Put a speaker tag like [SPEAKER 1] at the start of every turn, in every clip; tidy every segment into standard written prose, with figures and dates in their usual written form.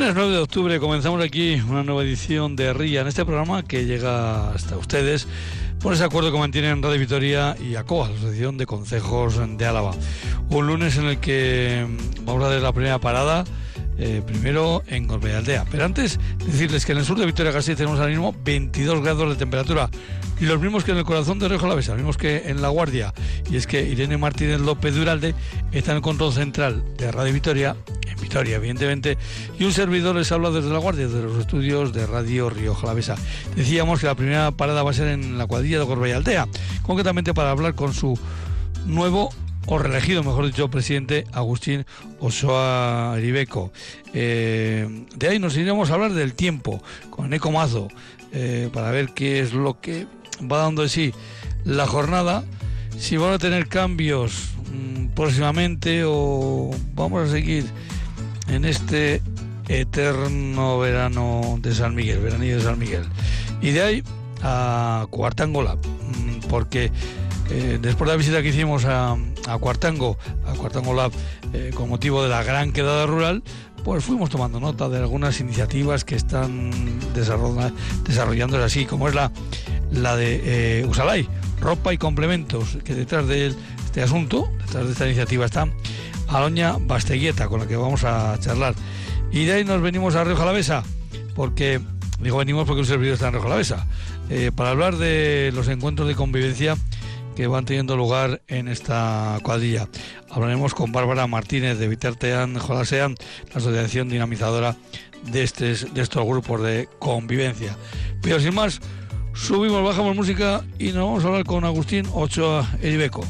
[SPEAKER 1] Lunes 9 de octubre comenzamos aquí una nueva edición de RIA en este programa que llega hasta ustedes por ese acuerdo que mantienen Radio Vitoria y ACOA, la Asociación de Concejos de Álava. Un lunes en el que vamos a dar la primera parada, primero en Gorbea-Aldea. Pero antes, decirles que en el sur de Vitoria-Gasteiz tenemos ahora mismo 22 grados de temperatura, y los mismos que en el corazón de Rioja Alavesa, los mismos que en La Guardia. Y es que Irene Martínez López Duralde está en el control central de Radio Vitoria, en Vitoria evidentemente, y un servidor les habla desde La Guardia, desde los estudios de Radio Rioja Alavesa. Decíamos que la primera parada va a ser en la cuadrilla de Gorbea-Aldea, concretamente para hablar con su nuevo, o reelegido, mejor dicho, presidente Agustín Osoa Eribeco. De ahí nos iremos a hablar del tiempo con Eneco Mazo, para ver qué es lo que va dando de sí la jornada, si van a tener cambios próximamente o vamos a seguir en este eterno verano de San Miguel, veranillo de San Miguel. Y de ahí a Cuartango Lab, porque después de la visita que hicimos a Cuartango Lab, con motivo de la gran quedada rural, pues fuimos tomando nota de algunas iniciativas que están desarrollándose así, como es la de Usalay, ropa y complementos, que detrás de este asunto, detrás de esta iniciativa está Aloña Basteguieta, con la que vamos a charlar. Y de ahí nos venimos a Rioja Alavesa, porque, digo venimos porque un servidor está en Rioja Alavesa, para hablar de los encuentros de convivencia que van teniendo lugar en esta cuadrilla. Hablaremos con Bárbara Martínez de Bitartean Jolasean, la asociación dinamizadora de estos grupos de convivencia. Pero sin más, subimos, bajamos música y nos vamos a hablar con Agustín Osoa Eribeco.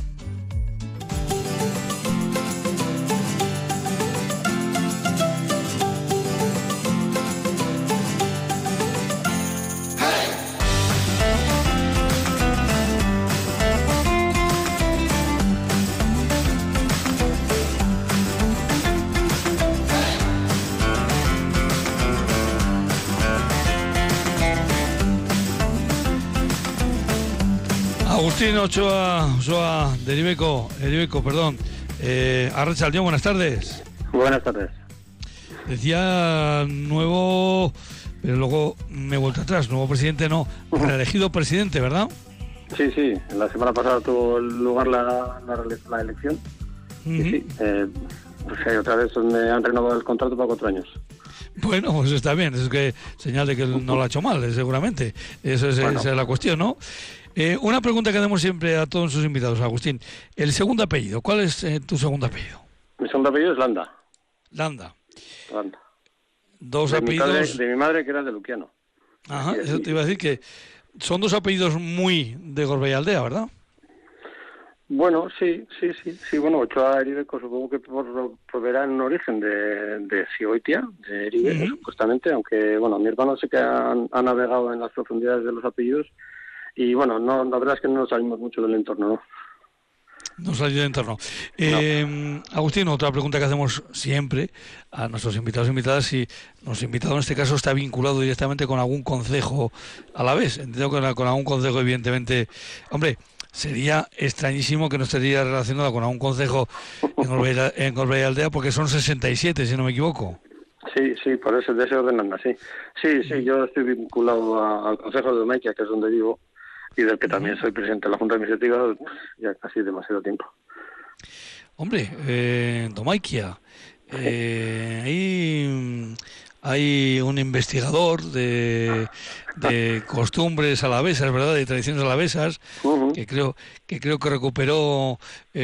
[SPEAKER 1] Agustín Osoa de Eribeco, perdón. Arratsaldeon, buenas tardes.
[SPEAKER 2] Buenas tardes.
[SPEAKER 1] Decía nuevo, pero luego me he vuelto atrás, nuevo presidente no, reelegido presidente, ¿verdad?
[SPEAKER 2] Sí, la semana pasada tuvo lugar la elección. Uh-huh. Y sí, pues hay otra vez donde han renovado el contrato para 4 años.
[SPEAKER 1] Bueno, pues está bien, es que señal de que no lo ha hecho mal, seguramente. Esa es la cuestión, ¿no? Una pregunta que hacemos siempre a todos sus invitados, Agustín. El segundo apellido, ¿cuál es tu segundo apellido?
[SPEAKER 2] Mi segundo apellido es Landa.
[SPEAKER 1] Landa.
[SPEAKER 2] Dos apellidos... de mi madre, que era de Luquiano.
[SPEAKER 1] Ajá, eso te iba a decir, que son 2 apellidos muy de Gorbea-Aldea, ¿verdad?
[SPEAKER 2] Bueno, sí. Bueno, Osoa Eribeco supongo que proverá en origen de Sioitia, de Eribe, supuestamente, aunque, bueno, mi hermano sé que ha navegado en las profundidades de los apellidos. Y bueno, no, la verdad es que no salimos mucho del entorno, ¿no?
[SPEAKER 1] No salimos del entorno. No. Agustín, otra pregunta que hacemos siempre a nuestros invitados e invitadas, si nuestro invitado en este caso está vinculado directamente con algún concejo a la vez. Entiendo que con algún concejo, evidentemente. Hombre, sería extrañísimo que no estaría relacionado con algún concejo en Gorbea-Aldea, porque son 67, si no me equivoco.
[SPEAKER 2] Sí, por eso, de ese orden anda, sí. Sí, yo estoy vinculado al Consejo de Domaiquia, que es donde vivo, y del que también soy presidente de la Junta Administrativa ya casi demasiado tiempo.
[SPEAKER 1] Hombre, Domaiquia, hay un investigador de costumbres alavesas, ¿verdad?, de tradiciones alavesas, que creo que recuperó,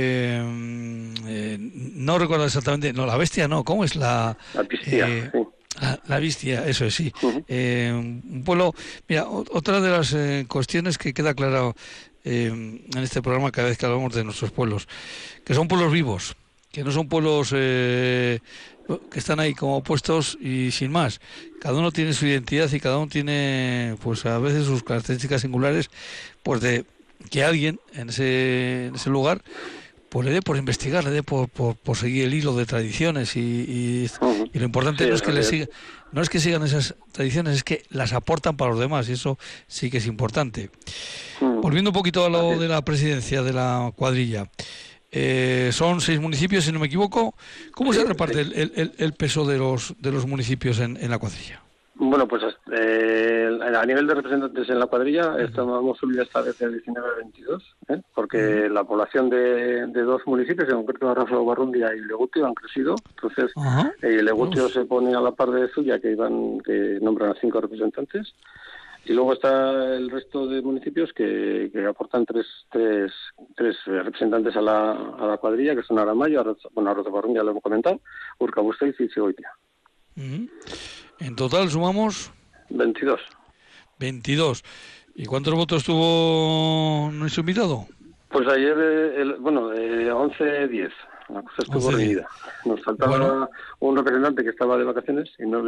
[SPEAKER 1] no recuerdo exactamente, no, la bestia no, ¿cómo es la
[SPEAKER 2] bestia? Sí.
[SPEAKER 1] La Vistia, eso es, sí. Un pueblo... Mira, otra de las cuestiones que queda claro en este programa cada vez que hablamos de nuestros pueblos, que son pueblos vivos, que no son pueblos que están ahí como puestos y sin más. Cada uno tiene su identidad y cada uno tiene, pues a veces sus características singulares, pues de que alguien en ese lugar pues le dé por investigar, le dé por seguir el hilo de tradiciones y lo importante no es que no es que sigan esas tradiciones, es que las aportan para los demás, y eso sí que es importante. Volviendo un poquito a lo de la presidencia de la cuadrilla, Son 6 municipios, si no me equivoco. ¿Cómo se reparte el peso de los municipios en la cuadrilla?
[SPEAKER 2] Bueno, pues a nivel de representantes en la cuadrilla hemos subido esta vez de 19 a 22, porque la población de 2 municipios, en concreto Ráfalo Barrundia y Legutio, han crecido. Entonces, Legutio se pone a la par de Zuya, que nombran a 5 representantes. Y luego está el resto de municipios que aportan tres representantes a la cuadrilla, que son Aramayo, Arroz de Barrundia, lo hemos comentado, Urkabustaiz y Segoitia.
[SPEAKER 1] En total sumamos
[SPEAKER 2] 22.
[SPEAKER 1] 22. ¿Y cuántos votos tuvo nuestro invitado?
[SPEAKER 2] Pues ayer, 11-10. La cosa estuvo reñida. Nos faltaba un representante que estaba de vacaciones y no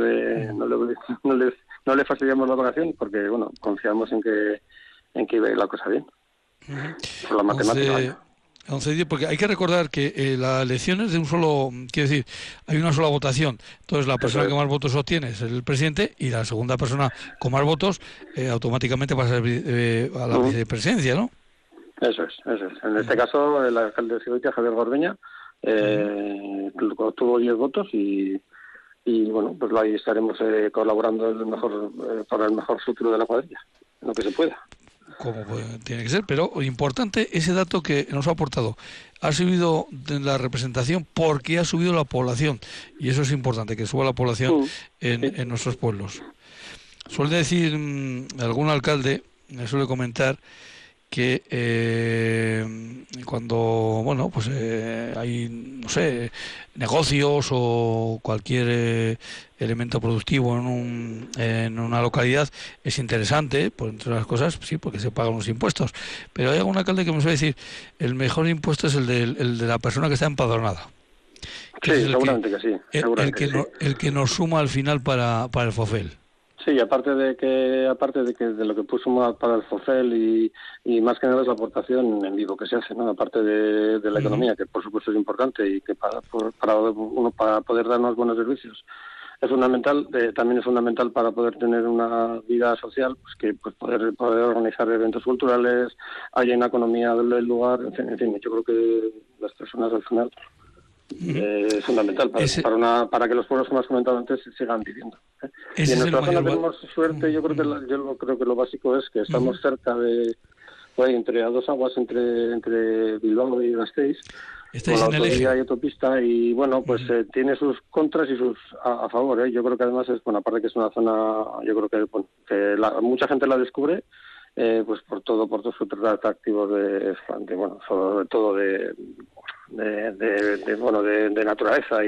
[SPEAKER 2] le fastidiamos la vacación porque, confiamos en que iba a ir la cosa bien. Por la matemática.
[SPEAKER 1] 11-10, porque hay que recordar que la elección es de un solo, quiero decir, hay una sola votación. Entonces la persona que más votos obtiene es el presidente y la segunda persona con más votos automáticamente pasa a la vicepresidencia, ¿no?
[SPEAKER 2] Eso es. En este caso, el alcalde de Segoitia, Javier Gorbeña, tuvo 10 votos y pues ahí estaremos colaborando para el mejor futuro de la cuadrilla, en lo que se pueda.
[SPEAKER 1] Como tiene que ser, pero importante ese dato que nos ha aportado. Ha subido la representación porque ha subido la población, y eso es importante, que suba la población en nuestros pueblos. Suele decir algún alcalde, me suele comentar que cuando hay, no sé, negocios o cualquier elemento productivo en una localidad, es interesante, pues entre las cosas, sí, porque se pagan los impuestos. Pero hay algún alcalde que me suele decir, el mejor impuesto es el de la persona que está empadronada.
[SPEAKER 2] Sí, seguramente que sí.
[SPEAKER 1] El que nos suma al final para el FOFEL.
[SPEAKER 2] Sí, aparte de que de lo que puso para el FOFEL y más que nada es la aportación en vivo que se hace, ¿no? Aparte de la economía, que por supuesto es importante y que para poder darnos buenos servicios es fundamental, también es fundamental para poder tener una vida social, poder organizar eventos culturales, haya una economía del lugar, en fin, yo creo que las personas al final es fundamental para que los pueblos, como has comentado antes, sigan viviendo. Y en nuestra zona tenemos suerte. Yo creo que lo básico es que estamos cerca de, entre a 2 aguas, entre Bilbao y Gasteiz, con la autovía y autopista, y tiene sus contras y sus a favor. Yo creo que además aparte que es una zona, yo creo que mucha gente la descubre, por todos sus atractivos sobre todo de naturaleza y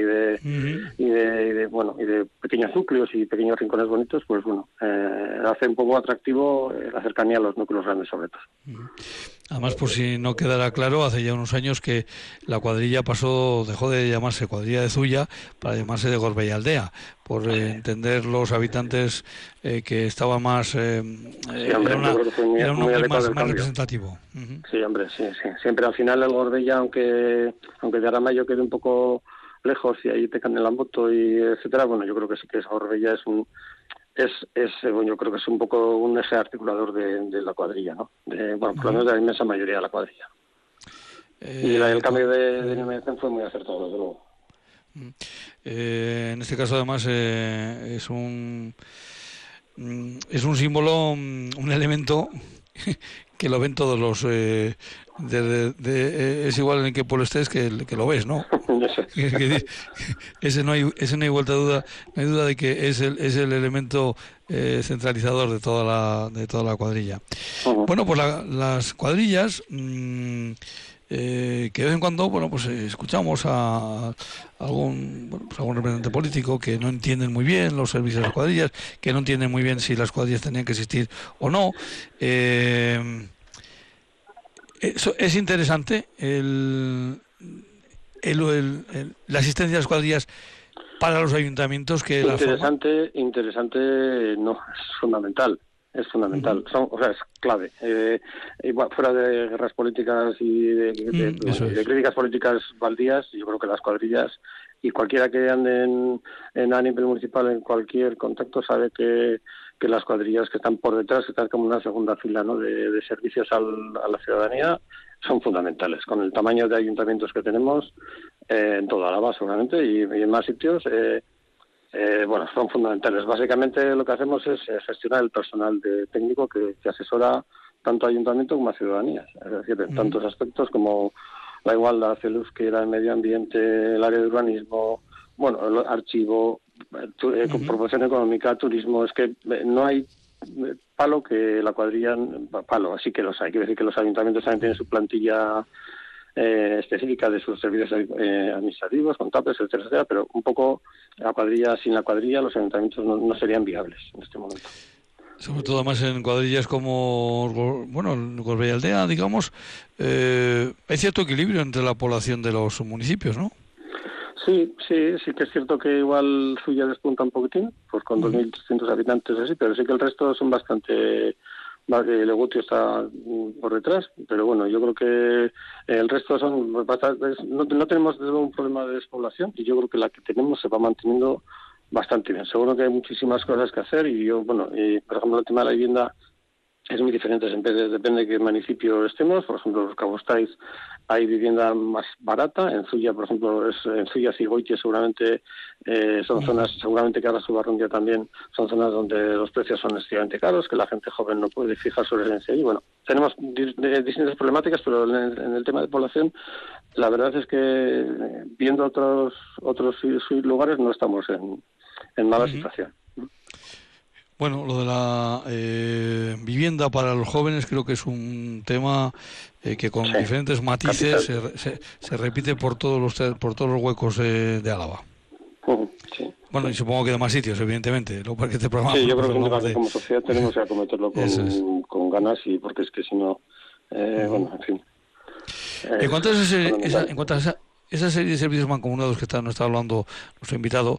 [SPEAKER 2] de pequeños núcleos y pequeños rincones bonitos, hace un poco atractivo la cercanía a los núcleos grandes, sobre todo.
[SPEAKER 1] Además, por si no quedara claro, hace ya unos años que la cuadrilla dejó de llamarse cuadrilla de Zuya para llamarse de Gorbella Aldea, por entender los habitantes que estaba más era un nombre más representativo.
[SPEAKER 2] Sí, hombre, sí. Siempre al final el Gorbella, aunque de Aramayo quede un poco lejos y ahí te cambian la moto y etcétera, yo creo que sí que Gorbella yo creo que es un poco un eje articulador de la cuadrilla, ¿no? Por lo menos de la inmensa mayoría de la cuadrilla. Y el cambio de denominación fue muy acertado, desde luego.
[SPEAKER 1] En este caso, además, es un símbolo, un elemento que lo ven todos los... es igual en qué pueblo estés que lo ves, ¿no? No hay vuelta a duda, no hay duda de que es el elemento centralizador de toda la cuadrilla. Bueno, pues las cuadrillas que de vez en cuando escuchamos a algún representante político que no entienden muy bien los servicios de las cuadrillas, que no entienden muy bien si las cuadrillas tenían que existir o no. Es interesante la asistencia de las cuadrillas para los ayuntamientos que
[SPEAKER 2] interesante no, es fundamental. Es clave. Fuera de guerras políticas y de críticas políticas baldías, yo creo que las cuadrillas y cualquiera que ande a nivel municipal en cualquier contacto sabe que las cuadrillas que están por detrás, que están como una segunda fila, ¿no?, de servicios a la ciudadanía, son fundamentales. Con el tamaño de ayuntamientos que tenemos, en toda Álava seguramente, y en más sitios, son fundamentales. Básicamente lo que hacemos es gestionar el personal técnico que asesora tanto a ayuntamiento como a ciudadanía. Es decir, en tantos aspectos como la igualdad, el euskera, el medio ambiente, el área de urbanismo, el archivo, promoción económica, turismo. Es que no hay palo que la cuadrilla, así que los hay. Quiere decir que los ayuntamientos también tienen su plantilla específica de sus servicios administrativos, contables, etcétera, pero un poco sin la cuadrilla los ayuntamientos no serían viables en este momento.
[SPEAKER 1] Sobre todo más en cuadrillas como, Gorbea y Aldea, digamos, hay cierto equilibrio entre la población de los municipios, ¿no?
[SPEAKER 2] Sí que es cierto que igual Zuya despunta un poquitín, pues con 2.300 habitantes así, pero sí que el resto son bastante... Legutio está por detrás, pero bueno, yo creo que el resto son bastante... No tenemos un problema de despoblación, y yo creo que la que tenemos se va manteniendo bastante bien. Seguro que hay muchísimas cosas que hacer, y por ejemplo, el tema de la vivienda es muy diferente, depende de qué municipio estemos. Por ejemplo, en los Cabostáis hay vivienda más barata. En Zuya, por ejemplo, en Zuya, Cigoitia, seguramente son zonas, seguramente que ahora Subarrundia también, son zonas donde los precios son excesivamente caros, que la gente joven no puede fijar su residencia. Y bueno, tenemos distintas problemáticas, pero en el tema de población, la verdad es que viendo otros lugares no estamos en mala situación.
[SPEAKER 1] Bueno, lo de la vivienda para los jóvenes creo que es un tema que con diferentes matices se repite por todos los huecos de Álava.
[SPEAKER 2] Sí.
[SPEAKER 1] Bueno, y supongo que de más sitios, evidentemente. Lo que este programa,
[SPEAKER 2] yo creo que como sociedad tenemos que acometerlo con ganas, y porque es que si no, en fin.
[SPEAKER 1] En cuanto a esa serie de servicios mancomunados que nos está hablando nuestro invitado,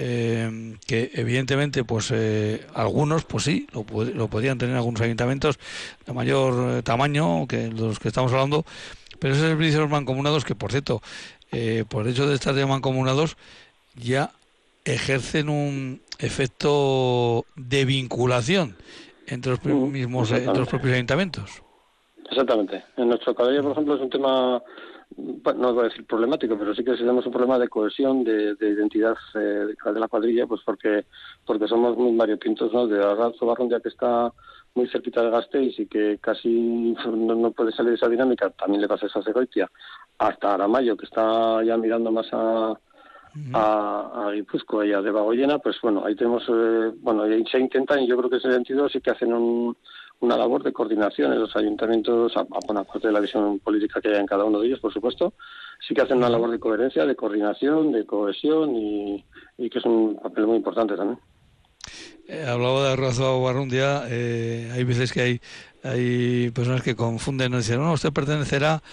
[SPEAKER 1] que evidentemente pues algunos pues sí lo podrían tener algunos ayuntamientos de mayor tamaño que los que estamos hablando, pero esos servicios mancomunados que, por cierto, por el hecho de estar ya mancomunados, ya ejercen un efecto de vinculación entre los mismos entre los propios ayuntamientos.
[SPEAKER 2] Exactamente. En nuestra cuadrilla, por ejemplo, es un tema, no voy a decir problemático, pero sí que tenemos un problema de cohesión, de identidad de la cuadrilla, pues porque somos muy variopintos, ¿no? De Arranzo Barrundia, que está muy cerquita de Gasteiz y que casi no puede salir de esa dinámica, también le pasa eso a Segoitia, hasta Aramayo, que está ya mirando más a Guipúzcoa y a Debagoiena, pues bueno, ahí tenemos, ahí se intentan, y yo creo que en ese sentido sí que hacen una labor de coordinación en los ayuntamientos, aparte de la visión política que hay en cada uno de ellos, por supuesto, sí que hacen una labor de coherencia, de coordinación, de cohesión, y que es un papel muy importante también.
[SPEAKER 1] Hablaba de Arranzo Barrundia, hay veces que hay personas que confunden, dicen, no, usted pertenecerá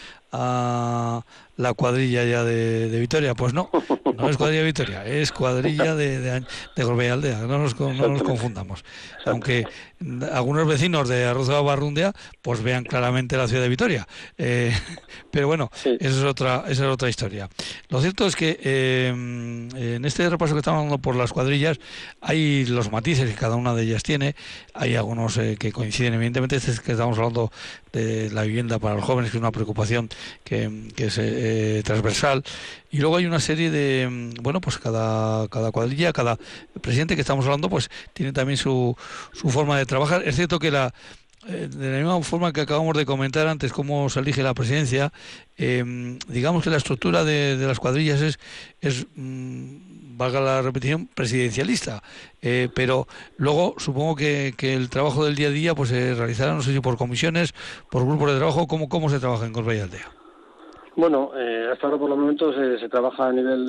[SPEAKER 1] a la cuadrilla ya de Vitoria. Pues no es cuadrilla de Vitoria, es cuadrilla de Gorbea y Aldea, no nos confundamos. Aunque algunos vecinos de Arranzo Barrundia pues vean claramente la ciudad de Vitoria, pero bueno, sí. Esa es otra historia. Lo cierto es que en este repaso que estamos dando por las cuadrillas hay los matices que cada una de ellas tiene. Hay algunos que coinciden, evidentemente. Este es que estamos hablando de la vivienda para los jóvenes, que es una preocupación que es transversal, y luego hay una serie de, pues cada cuadrilla, cada presidente que estamos hablando, pues tiene también su forma de trabajar. Es cierto que de la misma forma que acabamos de comentar antes cómo se elige la presidencia, digamos que la estructura de las cuadrillas es valga la repetición, presidencialista, pero luego supongo que el trabajo del día a día pues se realizará, no sé si por comisiones, por grupos de trabajo. ¿Cómo se trabaja en Gorbea y Aldea?
[SPEAKER 2] Bueno, hasta ahora por lo menos se trabaja a nivel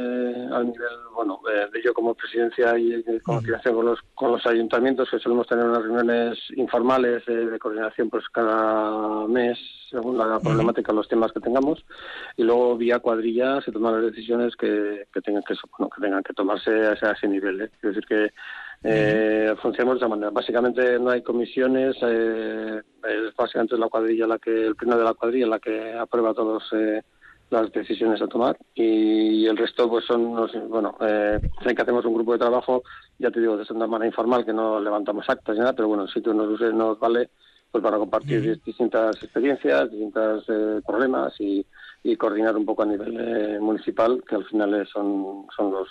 [SPEAKER 2] de yo como presidencia y coordinación con los ayuntamientos, que solemos tener unas reuniones informales de coordinación pues cada mes según la problemática, los temas que tengamos, y luego vía cuadrilla se toman las decisiones que tengan que tomarse a ese nivel. Es decir que funcionamos de esa manera. Básicamente no hay comisiones, es básicamente la cuadrilla el pleno de la cuadrilla la que aprueba todos las decisiones a tomar, y el resto pues son sé que hacemos un grupo de trabajo, ya te digo, de una manera informal, que no levantamos actas ni nada, pero bueno, el sitio nos vale pues para compartir distintas experiencias, distintos problemas y coordinar un poco a nivel municipal, que al final son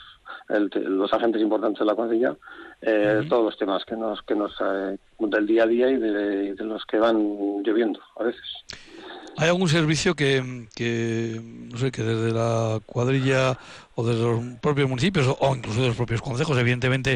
[SPEAKER 2] los agentes importantes de la cuadrilla, todos los temas que nos del día a día y de los que van lloviendo a veces.
[SPEAKER 1] ¿Hay algún servicio que no sé, que desde la cuadrilla o desde los propios municipios o incluso de los propios concejos, evidentemente,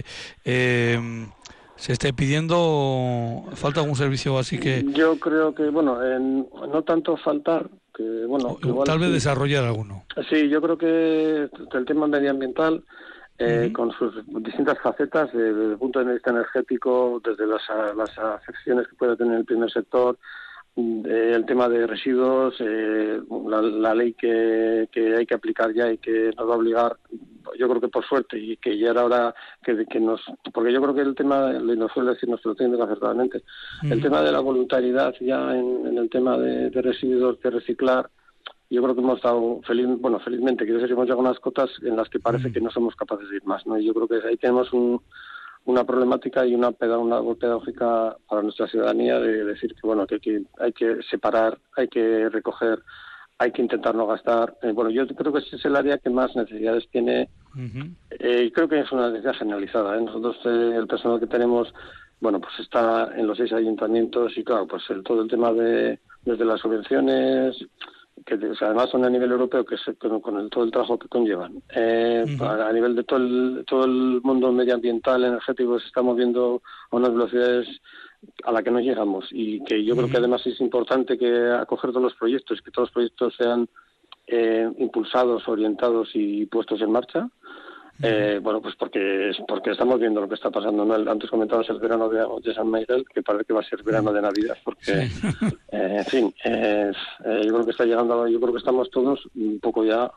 [SPEAKER 1] se esté pidiendo? ¿Falta algún servicio así que...?
[SPEAKER 2] Yo creo que, no tanto faltar, que igual
[SPEAKER 1] tal vez
[SPEAKER 2] sí,
[SPEAKER 1] desarrollar alguno.
[SPEAKER 2] Sí, yo creo que el tema medioambiental, con sus distintas facetas, desde el punto de vista energético, desde las afecciones que puede tener el primer sector, el tema de residuos, la ley que hay que aplicar ya y que nos va a obligar, yo creo que por suerte, y que ya era hora que porque yo creo que el tema, lo suele decir nuestro técnico acertadamente, el tema de la voluntariedad ya en el tema de residuos, de reciclar, yo creo que hemos estado felizmente, quiero decir, hemos llegado a unas cotas en las que parece que no somos capaces de ir más, ¿no? Y yo creo que ahí tenemos una problemática y una labor pedagógica para nuestra ciudadanía, de decir que hay que separar, hay que recoger, hay que intentar no gastar. Yo creo que ese es el área que más necesidades tiene. Creo que es una necesidad generalizada. Nosotros, el personal que tenemos, pues está en los 6 ayuntamientos, y claro, pues todo el tema desde las subvenciones, que además son a nivel europeo, que con todo el trabajo que conllevan. A nivel de todo el mundo medioambiental, energético, se está moviendo a unas velocidades a la que no llegamos, y que yo creo que además es importante que acoger todos los proyectos, que todos los proyectos sean impulsados, orientados y puestos en marcha. Pues porque estamos viendo lo que está pasando, ¿no? Antes comentabas el verano de San Miguel, que parece que va a ser verano de Navidad, porque en fin, yo creo que está llegando, yo creo que estamos todos un poco ya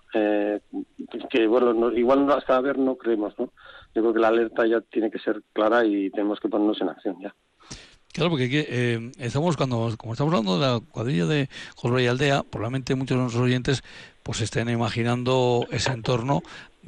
[SPEAKER 2] igual hasta ver no creemos, ¿no? Yo creo que la alerta ya tiene que ser clara y tenemos que ponernos en acción ya.
[SPEAKER 1] Claro, porque como estamos hablando de la cuadrilla de José y Aldea, probablemente muchos de nuestros oyentes pues estén imaginando ese entorno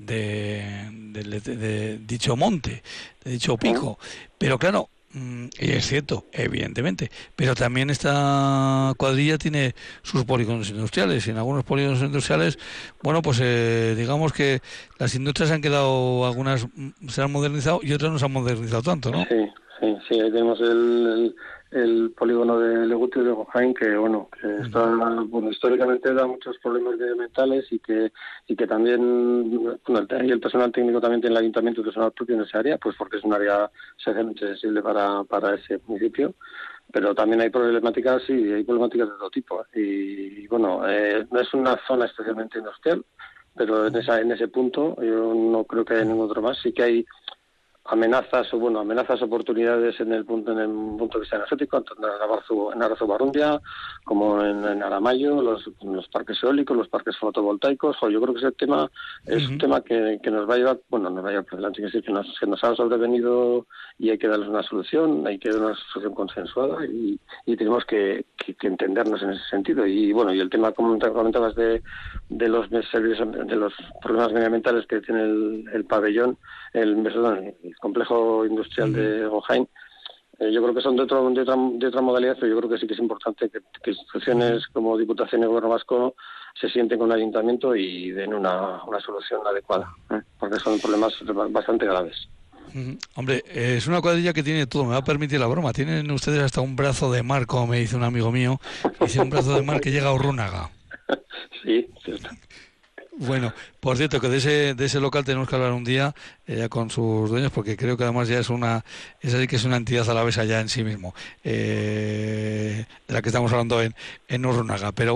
[SPEAKER 1] de dicho monte, de dicho pico. Pero claro, y es cierto, evidentemente, pero también esta cuadrilla tiene sus polígonos industriales, y en algunos polígonos industriales, digamos que las industrias han quedado, algunas se han modernizado y otras no se han modernizado tanto, ¿no?
[SPEAKER 2] Sí, ahí tenemos el polígono de Legutio de Gojain, que está, históricamente da muchos problemas medioambientales, y que también, el personal técnico también tiene el ayuntamiento personal propio en esa área, pues porque es un área especialmente sensible para ese municipio. Pero también hay problemáticas, de todo tipo. No es una zona especialmente industrial, pero en ese punto yo no creo que haya ningún otro más. Sí que hay amenazas, oportunidades en el punto de vista energético, tanto en Arrazu-Barrundia como en Aramayo, los parques eólicos, los parques fotovoltaicos. Yo creo que ese tema es un tema que nos va a llevar, por delante, es decir, que nos ha sobrevenido, y hay que darles una solución, hay que dar una solución consensuada, y tenemos que entendernos en ese sentido. Y el tema, como te comentabas, de los problemas medioambientales que tiene el pabellón, el complejo industrial de Gojain, yo creo que son de otra modalidad, pero yo creo que sí que es importante que instituciones como Diputación y Gobierno Vasco se sienten con el Ayuntamiento y den una solución adecuada, porque son problemas bastante graves.
[SPEAKER 1] Hombre, es una cuadrilla que tiene todo, me va a permitir la broma. Tienen ustedes hasta un brazo de mar, como me dice un amigo mío, dice un brazo de mar que llega a Urrunaga.
[SPEAKER 2] Sí, cierto.
[SPEAKER 1] Bueno, por cierto, que de ese local tenemos que hablar un día ya con sus dueños, porque creo que además ya es así que es una entidad alavesa ya en sí mismo, de la que estamos hablando en Urrunaga. Pero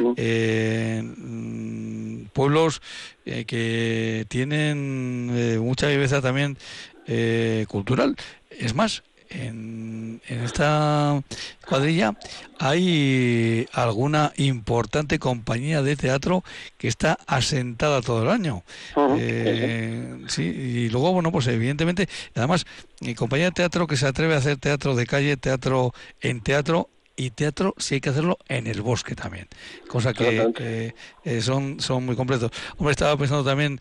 [SPEAKER 1] pueblos que tienen mucha viveza también cultural. Es más, en esta cuadrilla hay alguna importante compañía de teatro que está asentada todo el año. Sí, y luego, evidentemente, además, mi compañía de teatro que se atreve a hacer teatro de calle, teatro y teatro si hay que hacerlo en el bosque también, cosa que son muy completos. Hombre, estaba pensando también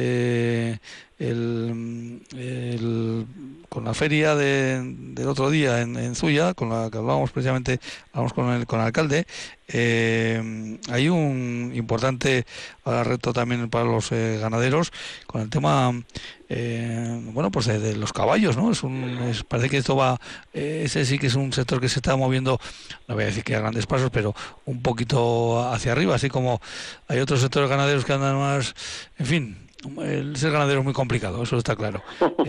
[SPEAKER 1] con la feria del otro día en Zuya, con la que hablábamos precisamente, hablamos con el alcalde. Hay un importante reto también para los ganaderos con el tema pues de los caballos, ¿no? Parece que esto va, ese sí que es un sector que se está moviendo, no voy a decir que a grandes pasos, pero un poquito hacia arriba, así como hay otros sectores ganaderos que andan más, en fin. El ser ganadero es muy complicado, eso está claro.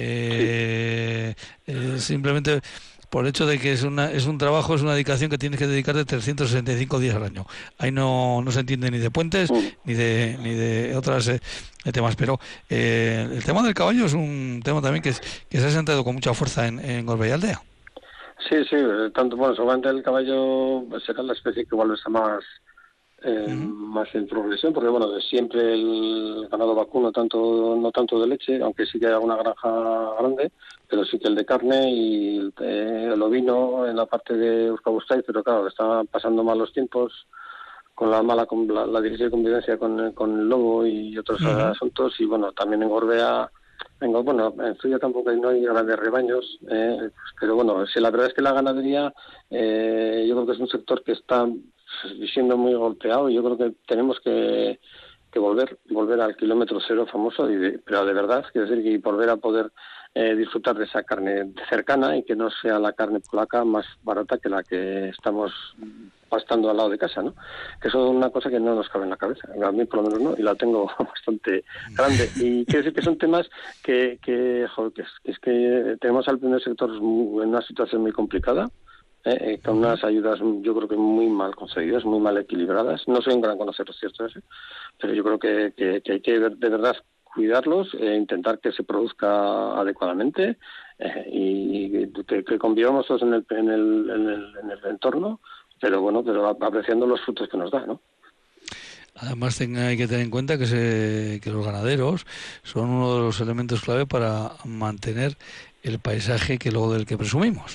[SPEAKER 1] Simplemente por el hecho de que es un trabajo, es una dedicación que tienes que dedicarte 365 días al año. Ahí no se entiende ni de puentes ni de otras temas, pero el tema del caballo es un tema también que se ha sentado con mucha fuerza en Gorbea y Aldea.
[SPEAKER 2] Sí, tanto, seguramente el caballo será la especie que igual está más en progresión, porque de siempre el ganado vacuno no tanto de leche, aunque sí que hay alguna granja grande, pero sí que el de carne y el ovino en la parte de Euskabustaiz, pero claro, están pasando malos tiempos con la difícil convivencia con el lobo y otros asuntos, y también en Gorbea, en Zuya tampoco no hay grandes rebaños, pero sí, la verdad es que la ganadería yo creo que es un sector que está siendo muy golpeado, y yo creo que tenemos que volver al kilómetro cero famoso, pero de verdad, quiero decir, que volver a poder disfrutar de esa carne cercana y que no sea la carne polaca más barata que la que estamos pastando al lado de casa, ¿no? Que eso es una cosa que no nos cabe en la cabeza, a mí por lo menos no, y la tengo bastante grande. Y quiero decir que son temas que tenemos al primer sector en una situación muy complicada, con unas ayudas yo creo que muy mal conseguidas, muy mal equilibradas. No soy un gran conocedor, cierto ese, pero yo creo que hay que de verdad cuidarlos, intentar que se produzca adecuadamente, y que convivamos todos en el entorno, pero apreciando los frutos que nos da, ¿no?
[SPEAKER 1] Además hay que tener en cuenta que los ganaderos son uno de los elementos clave para mantener el paisaje del que presumimos.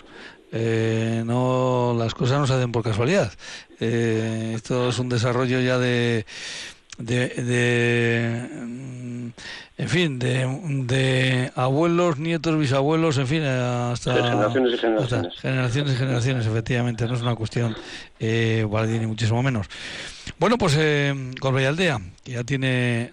[SPEAKER 1] Las cosas no se hacen por casualidad. Esto es un desarrollo ya de abuelos, nietos, bisabuelos, en fin, hasta
[SPEAKER 2] generaciones y generaciones.
[SPEAKER 1] Hasta generaciones y generaciones, efectivamente, no es una cuestión baladí ni muchísimo menos. Bueno, pues Gorbea y Aldea, que ya tiene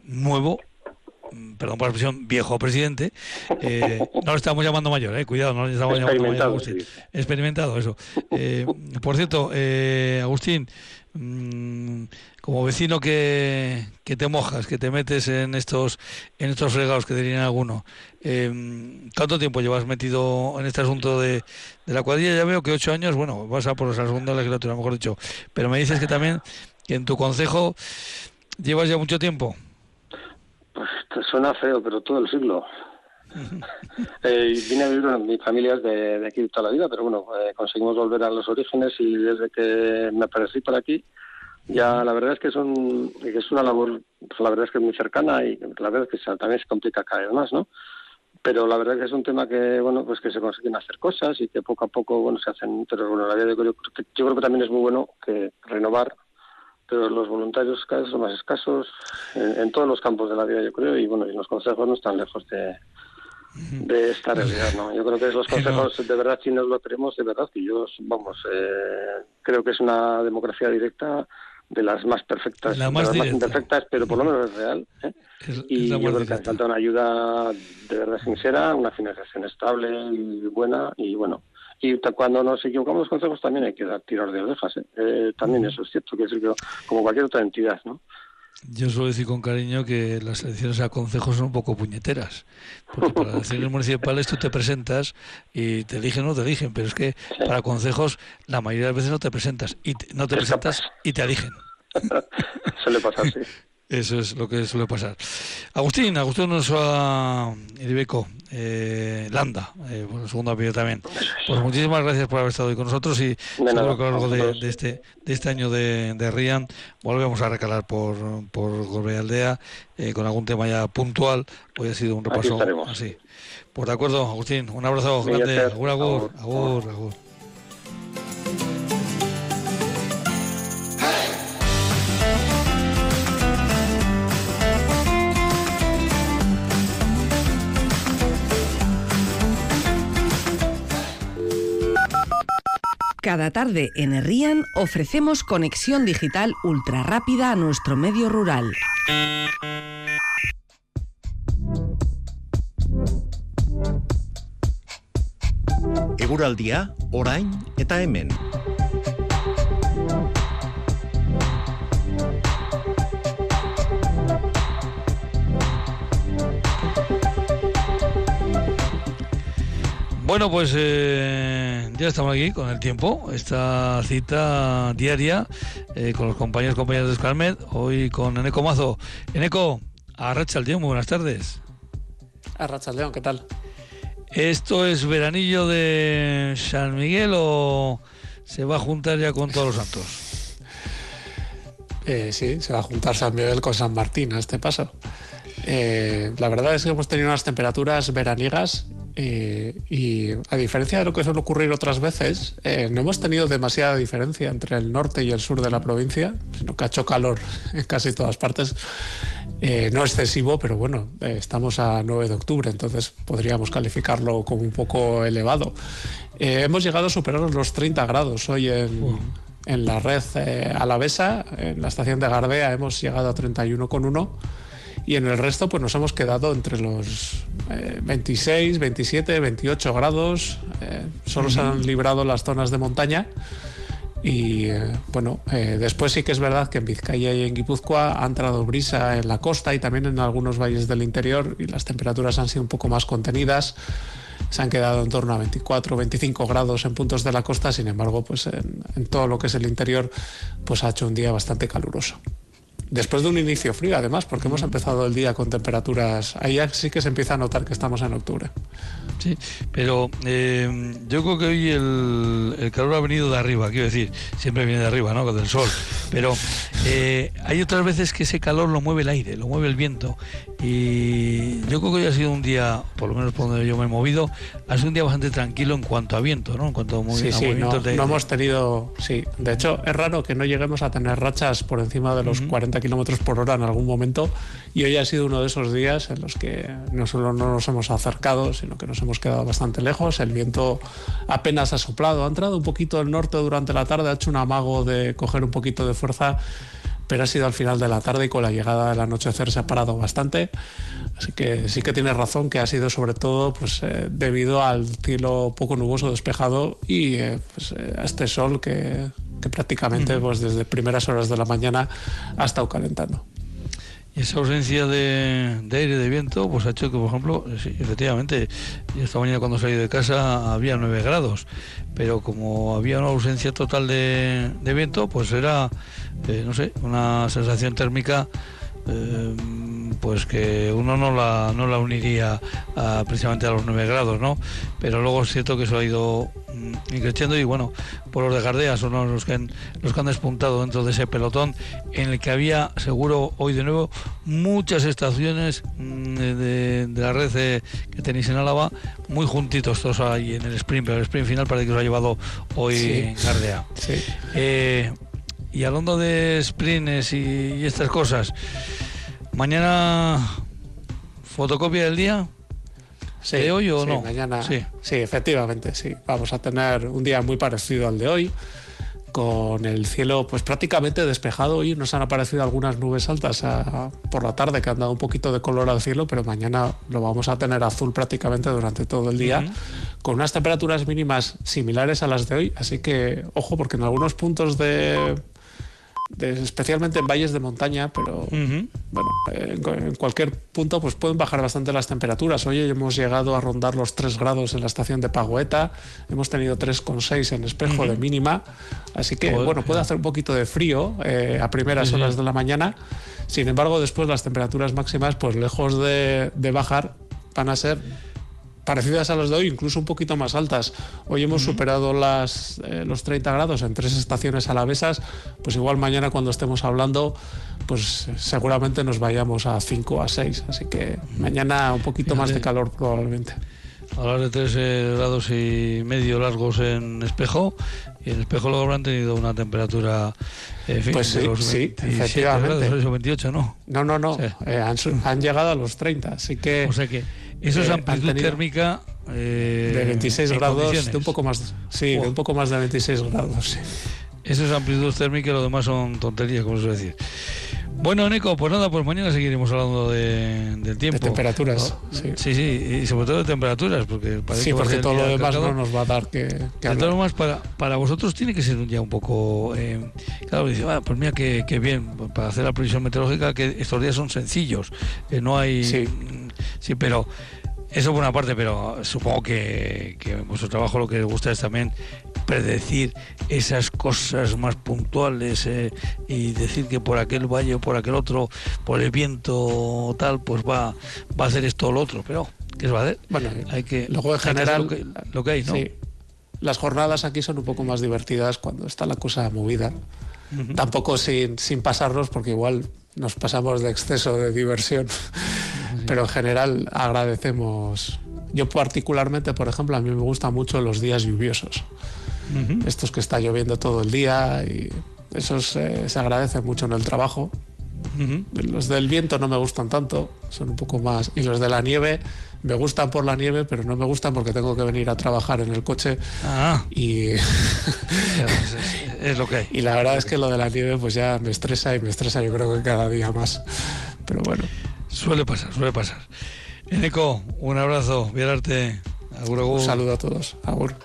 [SPEAKER 1] perdón por la expresión, viejo presidente, no lo estamos llamando mayor, cuidado, no lo estamos llamando mayor, Agustín. Sí. Experimentado, eso. Por cierto, Agustín, como vecino que te mojas, que te metes en estos fregados que dirían algunos, ¿cuánto tiempo llevas metido en este asunto de la cuadrilla? Ya veo que 8 años, vas a por la segunda legislatura, mejor dicho, pero me dices que también que en tu concejo llevas ya mucho tiempo.
[SPEAKER 2] Pues te suena feo, pero todo el siglo. Vine a vivir, mi familia es de aquí toda la vida, pero conseguimos volver a los orígenes, y desde que me aparecí por aquí, ya la verdad es que es una labor, pues la verdad es que es muy cercana, y la verdad es que también se complica cada vez más, ¿no? Pero la verdad es que es un tema que, pues que se consiguen hacer cosas y que poco a poco, se hacen, pero la verdad yo creo que también es muy bueno que renovar, pero los voluntarios cada vez son más escasos en todos los campos de la vida, yo creo, y los consejos no están lejos de esta realidad, ¿no? Yo creo que los consejos, de verdad, si nos lo creemos, de verdad, que yo, creo que es una democracia directa de las más perfectas, más imperfectas, pero por lo menos es real, y yo creo que hace falta una ayuda de verdad sincera, una financiación estable y buena, y y cuando nos equivocamos los consejos también hay que tirar de orejas, también eso es cierto, que es como cualquier otra entidad, ¿no?
[SPEAKER 1] Yo suelo decir con cariño que las elecciones a consejos son un poco puñeteras, porque para las elecciones municipales tú te presentas y te eligen o no te eligen, pero es que para consejos la mayoría de las veces no te presentas y te eligen.
[SPEAKER 2] Suele pasar, sí.
[SPEAKER 1] Eso es lo que suele pasar. Agustín Osoa Iribeco, Landa, por el segundo apellido también. Pues muchísimas gracias por haber estado hoy con nosotros, y seguro que a lo largo de este año de Rian volvemos a recalar por Gorbea y Aldea con algún tema ya puntual. Hoy ha sido un repaso así. Pues de acuerdo, Agustín, un abrazo grande. Agur.
[SPEAKER 3] Cada tarde en Herrían ofrecemos conexión digital ultra rápida a nuestro medio rural.
[SPEAKER 4] Eguraldia, orain eta hemen.
[SPEAKER 1] Bueno, pues ya estamos aquí con el tiempo, esta cita diaria con los compañeros y compañeras de Euskalmet, hoy con Eneko Mazo. Eneko, arratsaldeon, muy buenas tardes.
[SPEAKER 5] Arratsaldeon, ¿qué tal?
[SPEAKER 1] ¿Esto es veranillo de San Miguel o se va a juntar ya con todos los santos?
[SPEAKER 5] Sí, se va a juntar San Miguel con San Martín a este paso. La verdad es que hemos tenido unas temperaturas veraniegas y a diferencia de lo que suele ocurrir otras veces, no hemos tenido demasiada diferencia entre el norte y el sur de la provincia, sino que ha hecho calor en casi todas partes. No excesivo, pero bueno, estamos a 9 de octubre, entonces podríamos calificarlo como un poco elevado. Hemos llegado a superar los 30 grados hoy en la red alavesa. En la estación de Gardea hemos llegado a 31,1 y en el resto pues nos hemos quedado entre los 26, 27, 28 grados. Solo se han librado las zonas de montaña. Y después sí que es verdad que en Vizcaya y en Guipúzcoa ha entrado brisa en la costa y también en algunos valles del interior, y las temperaturas han sido un poco más contenidas. Se han quedado en torno a 24 o 25 grados en puntos de la costa. Sin embargo, pues en todo lo que es el interior, pues ha hecho un día bastante caluroso. Después de un inicio frío, además, porque hemos empezado el día con temperaturas. Ahí ya sí que se empieza a notar que estamos en octubre.
[SPEAKER 1] Sí, pero yo creo que hoy el calor ha venido de arriba, quiero decir, siempre viene de arriba, ¿no?, del sol, pero hay otras veces que ese calor lo mueve el aire, lo mueve el viento, y yo creo que hoy ha sido un día, por lo menos por donde yo me he movido, ha sido un día bastante tranquilo en cuanto a viento, ¿no?, en cuanto a movimientos de aire.
[SPEAKER 5] No hemos tenido, sí, de hecho es raro que no lleguemos a tener rachas por encima de los 40 kilómetros por hora en algún momento, y hoy ha sido uno de esos días en los que no solo no nos hemos acercado, sino que nos hemos quedado bastante lejos. El viento apenas ha soplado, ha entrado un poquito del norte durante la tarde, ha hecho un amago de coger un poquito de fuerza, pero ha sido al final de la tarde y con la llegada del anochecer se ha parado bastante. Así que sí que tienes razón, que ha sido sobre todo debido al cielo poco nuboso, despejado, y a este sol que prácticamente pues desde primeras horas de la mañana ha estado calentando.
[SPEAKER 1] Y esa ausencia de aire, de viento, pues ha hecho que, por ejemplo, sí, efectivamente, esta mañana cuando salí de casa había 9 grados, pero como había una ausencia total de viento, pues era, una sensación térmica pues que uno no la uniría precisamente a los 9 grados, ¿no? Pero luego es cierto que eso ha ido increciendo, y bueno, por los de Gardea son los que han despuntado dentro de ese pelotón en el que había, seguro hoy de nuevo, muchas estaciones de la red que tenéis en Álava muy juntitos todos ahí en el sprint, pero el sprint final parece que os ha llevado hoy en Gardea. Sí. Y hablando de sprints y estas cosas, mañana fotocopia del día.
[SPEAKER 5] Sí,
[SPEAKER 1] ¿de hoy o
[SPEAKER 5] sí,
[SPEAKER 1] no?
[SPEAKER 5] Mañana, sí, efectivamente, sí. Vamos a tener un día muy parecido al de hoy, con el cielo pues prácticamente despejado. Hoy nos han aparecido algunas nubes altas por la tarde que han dado un poquito de color al cielo, pero mañana lo vamos a tener azul prácticamente durante todo el día, con unas temperaturas mínimas similares a las de hoy. Así que, ojo, porque en algunos puntos especialmente en valles de montaña, pero en cualquier punto pues pueden bajar bastante las temperaturas. Hoy hemos llegado a rondar los 3 grados en la estación de Pagoeta, hemos tenido 3,6 en Espejo de mínima, así que puede hacer un poquito de frío a primeras horas de la mañana. Sin embargo, después las temperaturas máximas, pues lejos de bajar, van a ser parecidas a las de hoy, incluso un poquito más altas. Hoy hemos superado los 30 grados en 3 estaciones alavesas, pues igual mañana cuando estemos hablando, pues seguramente nos vayamos a 5 a 6, así que mañana un poquito más de calor probablemente.
[SPEAKER 1] Hablar de 3 grados y medio largos en Espejo, y en Espejo luego habrán tenido una temperatura
[SPEAKER 5] pues sí, efectivamente
[SPEAKER 1] grados, 28, ¿no?
[SPEAKER 5] No, sí. Han llegado a los 30, así que
[SPEAKER 1] o sea que eso es amplitud térmica
[SPEAKER 5] de 26 grados,
[SPEAKER 1] condiciones.
[SPEAKER 5] de un poco más, sí, de un poco más de 26 grados, sí.
[SPEAKER 1] Eso es amplitud térmica y lo demás son tonterías, como se suele decir. Bueno, Nico, pues nada, pues mañana seguiremos hablando del tiempo.
[SPEAKER 5] De temperaturas,
[SPEAKER 1] ¿no?
[SPEAKER 5] sí.
[SPEAKER 1] Sí, y sobre todo de temperaturas, porque parece
[SPEAKER 5] sí,
[SPEAKER 1] que
[SPEAKER 5] porque todo lo demás
[SPEAKER 1] cacao.
[SPEAKER 5] no nos va a dar que
[SPEAKER 1] De todas formas, para vosotros tiene que ser un día un poco... claro, dice, pues mira que bien, para hacer la previsión meteorológica, que estos días son sencillos, no hay... Sí, pero... Eso por una parte, pero supongo que vuestro trabajo lo que les gusta es también predecir esas cosas más puntuales y decir que por aquel valle o por aquel otro, por el viento tal, pues va a hacer esto o lo otro, pero ¿qué se va a hacer?
[SPEAKER 5] Bueno,
[SPEAKER 1] hay que,
[SPEAKER 5] luego en general
[SPEAKER 1] lo que hay, ¿no?
[SPEAKER 5] Sí, las jornadas aquí son un poco más divertidas cuando está la cosa movida. Uh-huh. Tampoco sin pasarnos, porque igual nos pasamos de exceso de diversión. Pero en general agradecemos. Yo particularmente, por ejemplo, a mí me gustan mucho los días lluviosos. Uh-huh. Estos que está lloviendo todo el día y esos se agradecen mucho en el trabajo. Uh-huh. Los del viento no me gustan tanto, son un poco más. Y los de la nieve me gustan por la nieve, pero no me gustan porque tengo que venir a trabajar en el coche. Y
[SPEAKER 1] es lo que hay.
[SPEAKER 5] Y la verdad es que lo de la nieve pues ya me estresa yo creo que cada día más. Pero bueno.
[SPEAKER 1] Suele pasar. Nico, un abrazo, viararte. Agur, agur.
[SPEAKER 5] Un saludo a todos. Agur.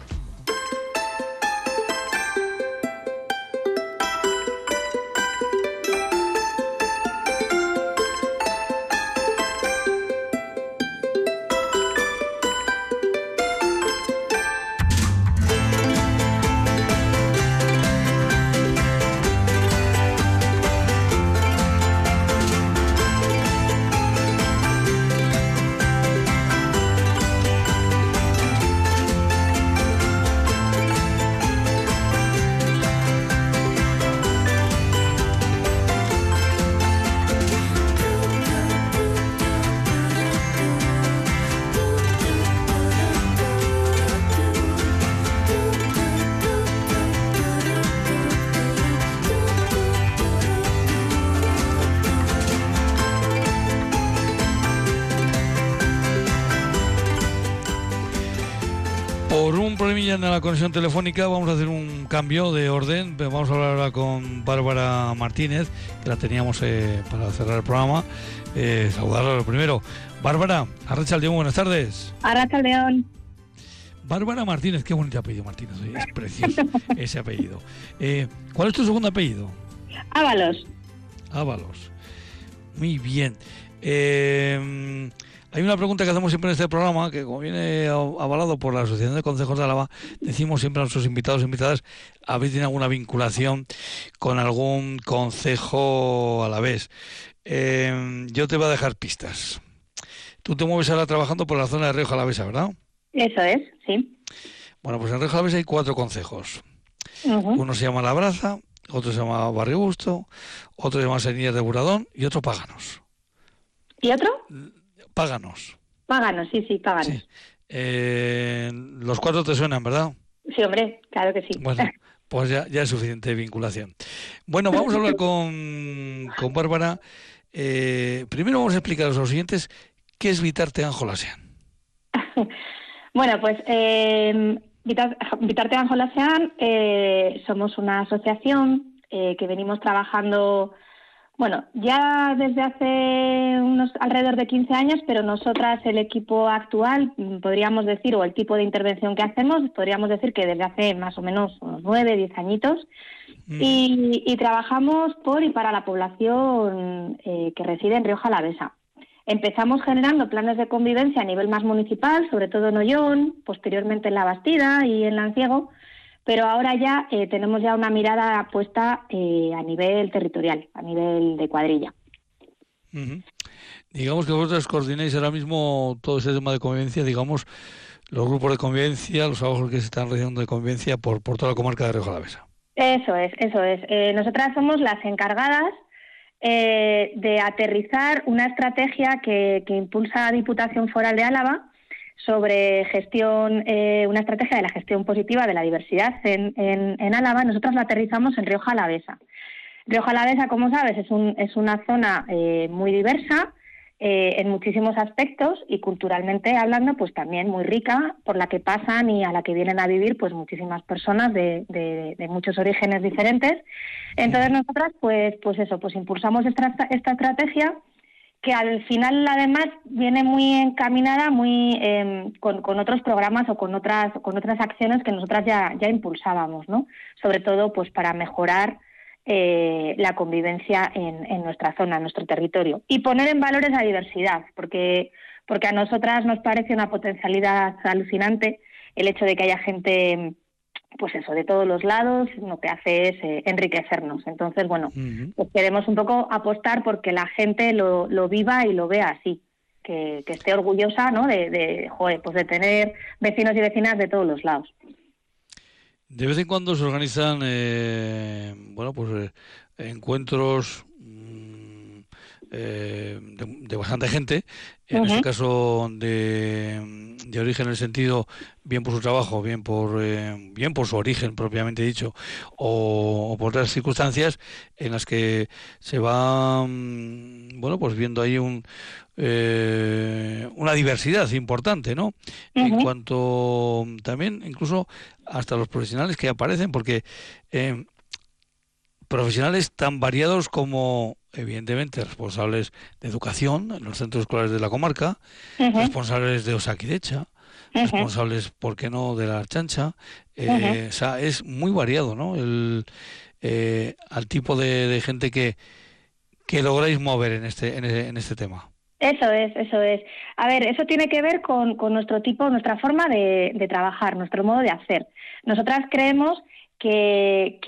[SPEAKER 1] En la conexión telefónica vamos a hacer un cambio de orden. Vamos a hablar ahora con Bárbara Martínez, que la teníamos para cerrar el programa. Saludarla lo primero. Bárbara, Arratsaldeón, buenas tardes.
[SPEAKER 6] Arratsaldeón.
[SPEAKER 1] Bárbara Martínez, qué bonito apellido, Martínez, es precioso ese apellido. ¿Cuál es tu segundo apellido?
[SPEAKER 6] Ábalos.
[SPEAKER 1] Muy bien. Hay una pregunta que hacemos siempre en este programa, que como viene avalado por la Asociación de Concejos de Álava, decimos siempre a nuestros invitados e invitadas a ver si tienen alguna vinculación con algún concejo alavés. Yo te voy a dejar pistas. Tú te mueves ahora trabajando por la zona de Rioja Alavesa, ¿verdad?
[SPEAKER 6] Eso es, sí.
[SPEAKER 1] Bueno, pues en Rioja Alavesa hay 4 concejos.
[SPEAKER 6] Uh-huh.
[SPEAKER 1] Uno se llama Labraza, otro se llama Barrio Busto, otro se llama Señas de Buradón y otro Páganos.
[SPEAKER 6] ¿Y otro?
[SPEAKER 1] Páganos.
[SPEAKER 6] Páganos, sí, Páganos.
[SPEAKER 1] Sí. Los 4 te suenan, ¿verdad?
[SPEAKER 6] Sí, hombre, claro que sí.
[SPEAKER 1] Bueno, pues ya es suficiente vinculación. Bueno, vamos a hablar con Bárbara. Primero vamos a explicar a los oyentes qué es Bitartean Jolasean.
[SPEAKER 6] Bueno, pues Bitartean Jolasean somos una asociación que venimos trabajando... Bueno, ya desde hace unos alrededor de 15 años, pero nosotras, el equipo actual, podríamos decir, o el tipo de intervención que hacemos, podríamos decir que desde hace más o menos unos 9, 10 añitos, y trabajamos por y para la población que reside en Rioja Alavesa. Empezamos generando planes de convivencia a nivel más municipal, sobre todo en Ollón, posteriormente en La Bastida y en Lanciego, pero ahora ya tenemos ya una mirada puesta a nivel territorial, a nivel de cuadrilla.
[SPEAKER 1] Uh-huh. Digamos que vosotros coordináis ahora mismo todo ese tema de convivencia, digamos, los grupos de convivencia, los trabajos que se están realizando de convivencia por toda la comarca de Rioja Alavesa.
[SPEAKER 6] Eso es. Nosotras somos las encargadas de aterrizar una estrategia que impulsa Diputación Foral de Álava sobre gestión, una estrategia de la gestión positiva de la diversidad en Álava. Nosotros la aterrizamos en Rioja Alavesa. Rioja Alavesa, como sabes, es una zona muy diversa, en muchísimos aspectos y culturalmente hablando, pues también muy rica, por la que pasan y a la que vienen a vivir pues muchísimas personas de muchos orígenes diferentes. Entonces nosotras pues impulsamos esta estrategia, que al final además viene muy encaminada con otros programas o con otras acciones que nosotras ya impulsábamos, ¿no? Sobre todo pues para mejorar la convivencia en nuestra zona, en nuestro territorio, y poner en valor esa diversidad, porque a nosotras nos parece una potencialidad alucinante el hecho de que haya gente, pues eso, de todos los lados. Lo que hace es enriquecernos. Entonces, bueno, pues queremos un poco apostar porque la gente lo viva y lo vea así, que esté orgullosa, ¿no? Pues de tener vecinos y vecinas de todos los lados.
[SPEAKER 1] De vez en cuando se organizan, encuentros de bastante gente, en este caso de origen en el sentido bien por su trabajo, bien por su origen propiamente dicho, o por otras circunstancias en las que se va viendo ahí una diversidad importante, ¿no? En cuanto también incluso hasta los profesionales que aparecen, porque profesionales tan variados como, evidentemente, responsables de educación en los centros escolares de la comarca, responsables de Osakidecha, responsables, ¿por qué no?, de la Archancha. O sea, es muy variado, ¿no? Al tipo de gente que lográis mover en este tema.
[SPEAKER 6] Eso es. A ver, eso tiene que ver con nuestra forma de trabajar, nuestro modo de hacer. Nosotras creemos que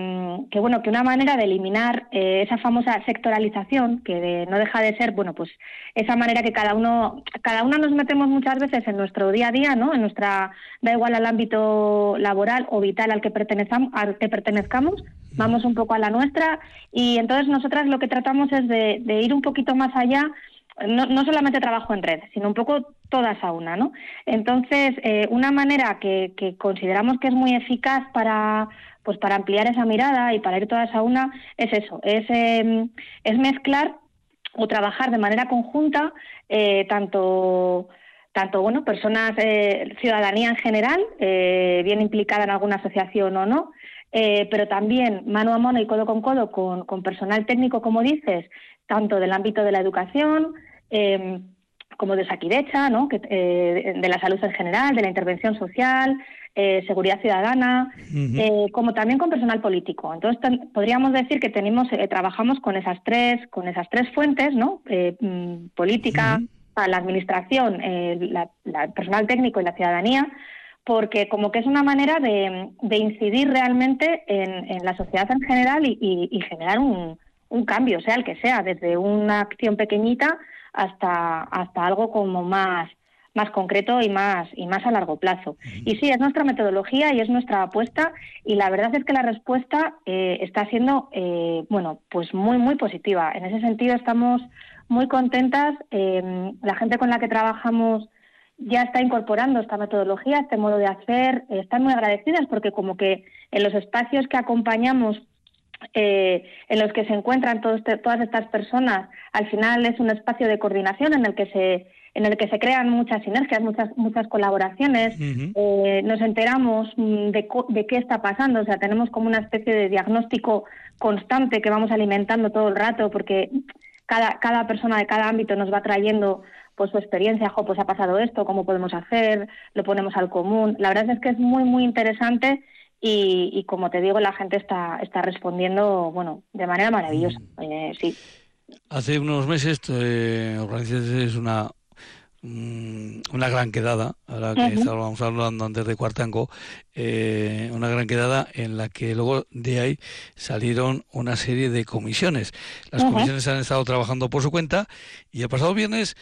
[SPEAKER 6] una manera de eliminar esa famosa sectoralización, que no deja de ser, pues esa manera que cada una nos metemos muchas veces en nuestro día a día, ¿no? Da igual al ámbito laboral o vital al que pertenezcamos, vamos un poco a la nuestra, y entonces nosotras lo que tratamos es de ir un poquito más allá. No solamente trabajo en red, sino un poco todas a una, ¿no? Entonces, una manera que consideramos que es muy eficaz para ampliar esa mirada y para ir todas a una es eso, es mezclar o trabajar de manera conjunta tanto personas, ciudadanía en general, bien implicada en alguna asociación o no, pero también mano a mano y codo con codo con personal técnico, como dices, tanto del ámbito de la educación como de Osakidecha, ¿no? De la salud en general, de la intervención social, seguridad ciudadana, como también con personal político. Entonces podríamos decir que trabajamos con esas tres fuentes, ¿no? Política, la administración, el personal técnico y la ciudadanía, porque como que es una manera de incidir realmente en la sociedad en general y generar un cambio, sea el que sea, desde una acción pequeñita hasta algo como más concreto y más a largo plazo. Y sí, es nuestra metodología y es nuestra apuesta, y la verdad es que la respuesta está siendo pues muy, muy positiva. En ese sentido estamos muy contentas. La gente con la que trabajamos ya está incorporando esta metodología, este modo de hacer. Están muy agradecidas porque como que en los espacios que acompañamos, en los que se encuentran todas estas personas, al final es un espacio de coordinación en el que se crean muchas sinergias, muchas colaboraciones. Nos enteramos de qué está pasando, o sea, tenemos como una especie de diagnóstico constante que vamos alimentando todo el rato, porque cada persona de cada ámbito nos va trayendo pues su experiencia. Pues ha pasado esto, ¿cómo podemos hacer? Lo ponemos al común. La verdad es que es muy, muy interesante. Y como te digo, la gente está respondiendo, de manera maravillosa. Sí.
[SPEAKER 1] Hace unos meses organizaste una gran quedada, ahora que estábamos hablando antes de Cuartango, una gran quedada en la que luego de ahí salieron una serie de comisiones. Las comisiones han estado trabajando por su cuenta, y el pasado viernes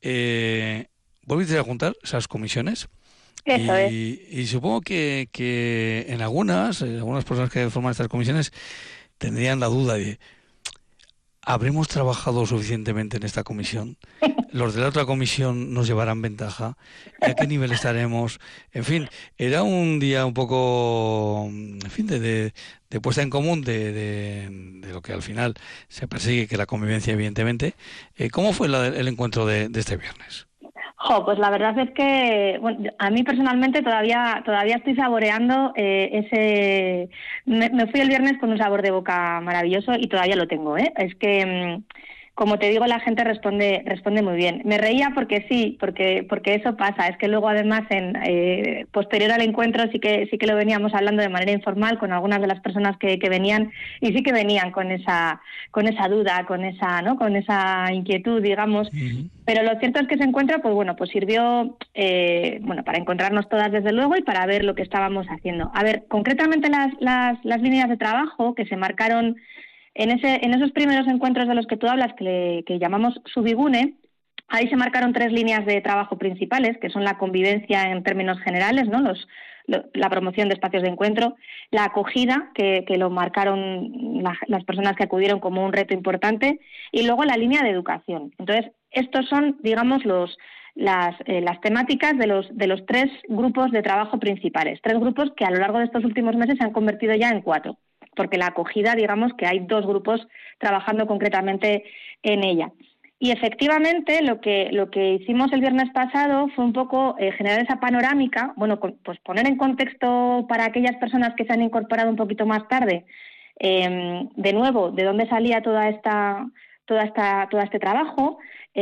[SPEAKER 1] volviste a juntar esas comisiones.
[SPEAKER 6] Eso es.
[SPEAKER 1] Y supongo que en algunas personas que forman estas comisiones tendrían la duda de ¿habremos trabajado suficientemente en esta comisión? ¿Los de la otra comisión nos llevarán ventaja? ¿A qué nivel estaremos? En fin, era un día un poco, en fin, de puesta en común de lo que al final se persigue, que la convivencia, evidentemente. ¿Cómo fue el encuentro de este viernes?
[SPEAKER 6] Pues la verdad es que, bueno, a mí personalmente todavía estoy saboreando ese... Me fui el viernes con un sabor de boca maravilloso y todavía lo tengo, ¿eh? Es que, como te digo, la gente responde muy bien. Me reía porque sí, porque eso pasa. Es que luego, además, posterior al encuentro sí que lo veníamos hablando de manera informal con algunas de las personas que venían, y sí que venían con esa duda, con esa inquietud, digamos. Uh-huh. Pero lo cierto es que ese encuentro, pues sirvió para encontrarnos todas desde luego y para ver lo que estábamos haciendo. A ver, concretamente las líneas de trabajo que se marcaron en esos primeros encuentros de los que tú hablas, que llamamos Subigune, ahí se marcaron 3 líneas de trabajo principales, que son la convivencia en términos generales, ¿no? La promoción de espacios de encuentro, la acogida, que lo marcaron las personas que acudieron como un reto importante, y luego la línea de educación. Entonces, estos son, digamos, las temáticas de los 3 grupos de trabajo principales. 3 grupos que a lo largo de estos últimos meses se han convertido ya en 4. Porque la acogida, digamos que hay 2 grupos trabajando concretamente en ella. Y efectivamente lo que hicimos el viernes pasado fue un poco generar esa panorámica, pues poner en contexto para aquellas personas que se han incorporado un poquito más tarde, de nuevo, de dónde salía todo este trabajo,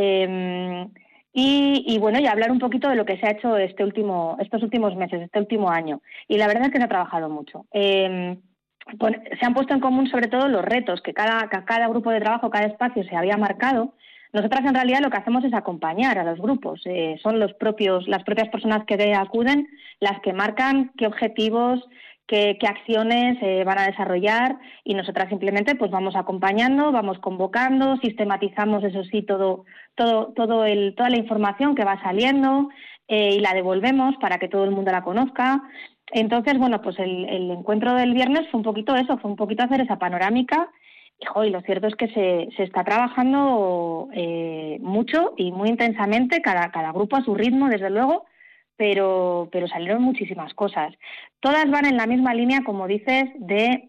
[SPEAKER 6] y hablar un poquito de lo que se ha hecho estos últimos meses, este último año. Y la verdad es que se ha trabajado mucho. Se han puesto en común sobre todo los retos que cada grupo de trabajo, cada espacio se había marcado. Nosotras en realidad lo que hacemos es acompañar a los grupos. Son las propias personas que acuden las que marcan qué objetivos, qué acciones van a desarrollar, y nosotras simplemente pues vamos acompañando, vamos convocando, sistematizamos, eso sí, toda la información que va saliendo, y la devolvemos para que todo el mundo la conozca. Entonces, pues el encuentro del viernes fue un poquito eso, fue un poquito hacer esa panorámica, y lo cierto es que se está trabajando mucho y muy intensamente, cada grupo a su ritmo, desde luego, pero salieron muchísimas cosas. Todas van en la misma línea, como dices, de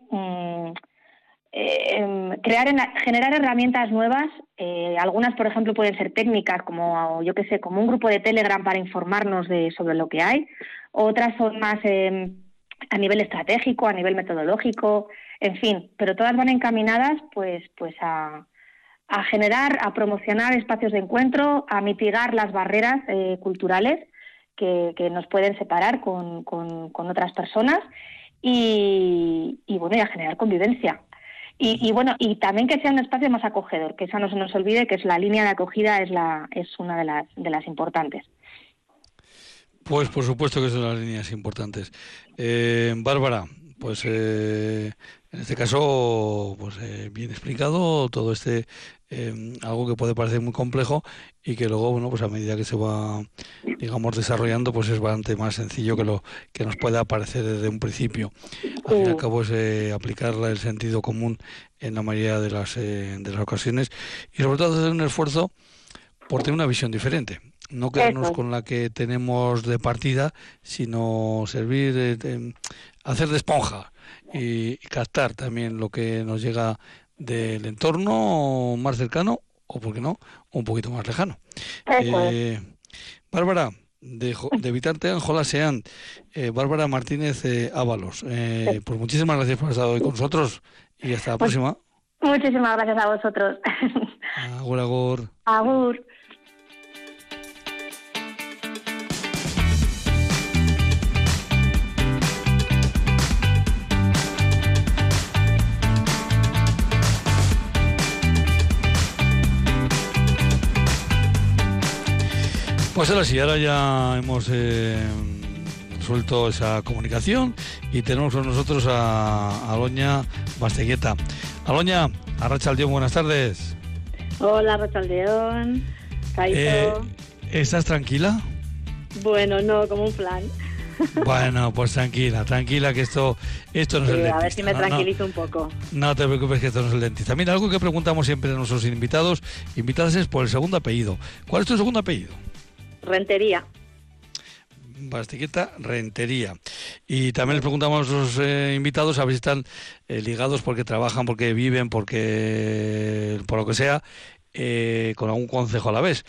[SPEAKER 6] generar herramientas nuevas. Algunas, por ejemplo, pueden ser técnicas, como un grupo de Telegram para informarnos sobre lo que hay. Otras son más a nivel estratégico, a nivel metodológico, en fin, pero todas van encaminadas pues a generar, a promocionar espacios de encuentro, a mitigar las barreras culturales que nos pueden separar con otras personas, y a generar convivencia. Y también que sea un espacio más acogedor, que esa no se nos olvide, que es la línea de acogida, es una de las importantes.
[SPEAKER 1] Pues por supuesto que son las líneas importantes. Bárbara, pues en este caso, pues bien explicado todo algo que puede parecer muy complejo y que luego, pues a medida que se va, digamos, desarrollando, pues es bastante más sencillo que lo que nos pueda parecer desde un principio. Al fin y al cabo es aplicar el sentido común en la mayoría de las ocasiones, y sobre todo hacer un esfuerzo por tener una visión diferente. No quedarnos con la que tenemos de partida, sino servir, hacer de esponja y captar también lo que nos llega del entorno más cercano, o, ¿por qué no?, un poquito más lejano. Bárbara, de Vitarte Anjola Sean, Bárbara Martínez Ábalos, pues muchísimas gracias por estar hoy con nosotros y hasta la próxima.
[SPEAKER 6] Muchísimas gracias a vosotros.
[SPEAKER 1] Agur, agur.
[SPEAKER 6] Agur.
[SPEAKER 1] Pues ahora sí, ahora ya hemos resuelto esa comunicación y tenemos con nosotros a Aloña Basteguieta. Aloña, arratsaldeón, buenas tardes.
[SPEAKER 7] Hola, arratsaldeón.
[SPEAKER 1] ¿Estás tranquila?
[SPEAKER 7] Bueno, no, como un plan.
[SPEAKER 1] Bueno, pues tranquila, que esto no es el dentista.
[SPEAKER 7] A ver si me tranquilizo un poco.
[SPEAKER 1] No te preocupes, que esto no es el dentista. Mira, algo que preguntamos siempre a nuestros invitadas es por el segundo apellido. ¿Cuál es tu segundo apellido?
[SPEAKER 7] Rentería.
[SPEAKER 1] Bastiqueta Rentería. Y también les preguntamos a los invitados a ver si están ligados porque trabajan, porque viven, porque por lo que sea, con algún concejo a la vez.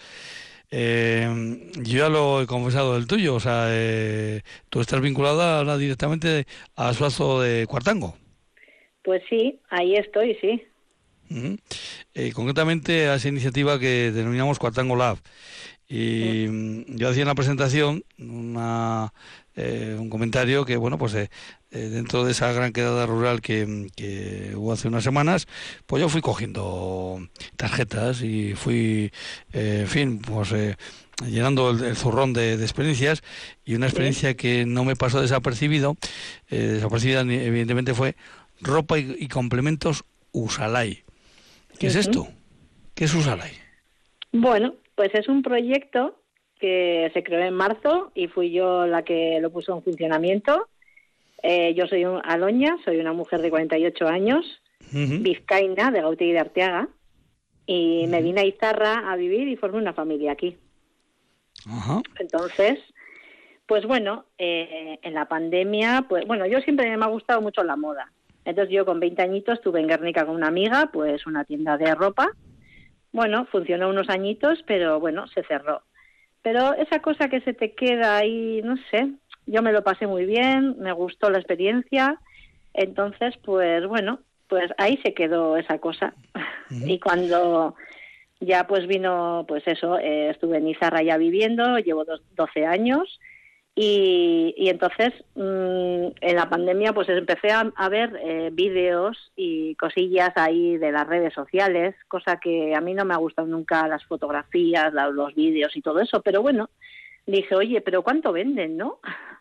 [SPEAKER 1] Yo ya lo he confesado del tuyo, o sea, tú estás vinculada ahora directamente a Suazo de Cuartango.
[SPEAKER 7] Pues sí, ahí estoy, sí.
[SPEAKER 1] Uh-huh. Concretamente a esa iniciativa que denominamos Cuartango Lab. Y yo hacía en la presentación un comentario que, bueno, pues dentro de esa gran quedada rural que hubo hace unas semanas, pues yo fui cogiendo tarjetas y fui, en fin, pues llenando el zurrón de experiencias, y una experiencia que no me pasó desapercibida evidentemente fue ropa y complementos Usalay. ¿Qué es esto? ¿Qué es Usalay?
[SPEAKER 7] Bueno, pues es un proyecto que se creó en marzo y fui yo la que lo puso en funcionamiento. Yo soy aloña, soy una mujer de 48 años, vizcaína, de Gautegui de Arteaga, y me vine a Izarra a vivir y formé una familia aquí. Entonces, pues bueno, en la pandemia, pues bueno, yo siempre me ha gustado mucho la moda. Entonces yo con 20 añitos estuve en Guernica con una amiga, pues una tienda de ropa. Bueno, funcionó unos añitos, pero bueno, se cerró. Pero esa cosa que se te queda ahí, no sé, yo me lo pasé muy bien, me gustó la experiencia, entonces pues bueno, pues ahí se quedó esa cosa. Y cuando ya pues vino, pues eso, estuve en Izarra ya viviendo, llevo 12 años, y entonces en la pandemia pues empecé a ver vídeos y cosillas ahí de las redes sociales, cosa que a mí no me ha gustado nunca, las fotografías, los vídeos y todo eso, pero bueno, dije, oye, pero ¿cuánto venden, no?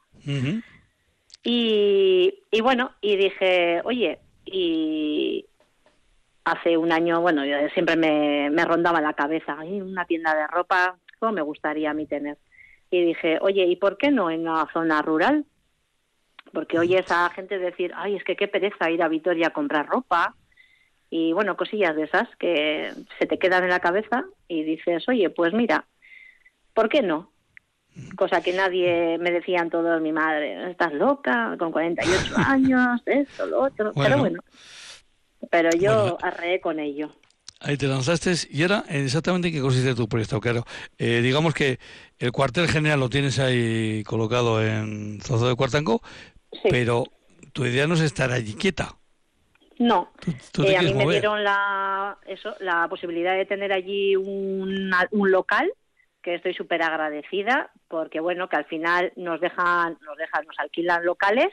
[SPEAKER 7] Y bueno, y dije, oye, y hace un año, bueno, yo siempre me rondaba la cabeza, una tienda de ropa, ¿cómo me gustaría a mí tener? Y dije, oye, ¿y por qué no en una zona rural? Porque oyes a gente decir, ay, es que qué pereza ir a Vitoria a comprar ropa. Y bueno, cosillas de esas que se te quedan en la cabeza y dices, oye, pues mira, ¿por qué no? Cosa que nadie me decían todos, mi madre, estás loca, con 48 años, esto, lo otro. Bueno, pero yo arreé con ello.
[SPEAKER 1] Ahí te lanzaste, y ahora exactamente en qué consiste tu proyecto, claro. Digamos que el cuartel general lo tienes ahí colocado en Suazo de Cuartango, sí. Pero tu idea no es estar allí quieta.
[SPEAKER 7] No,
[SPEAKER 1] ¿Tú
[SPEAKER 7] a mí me dieron la posibilidad de tener allí un local, que estoy súper agradecida, porque bueno, que al final nos alquilan locales.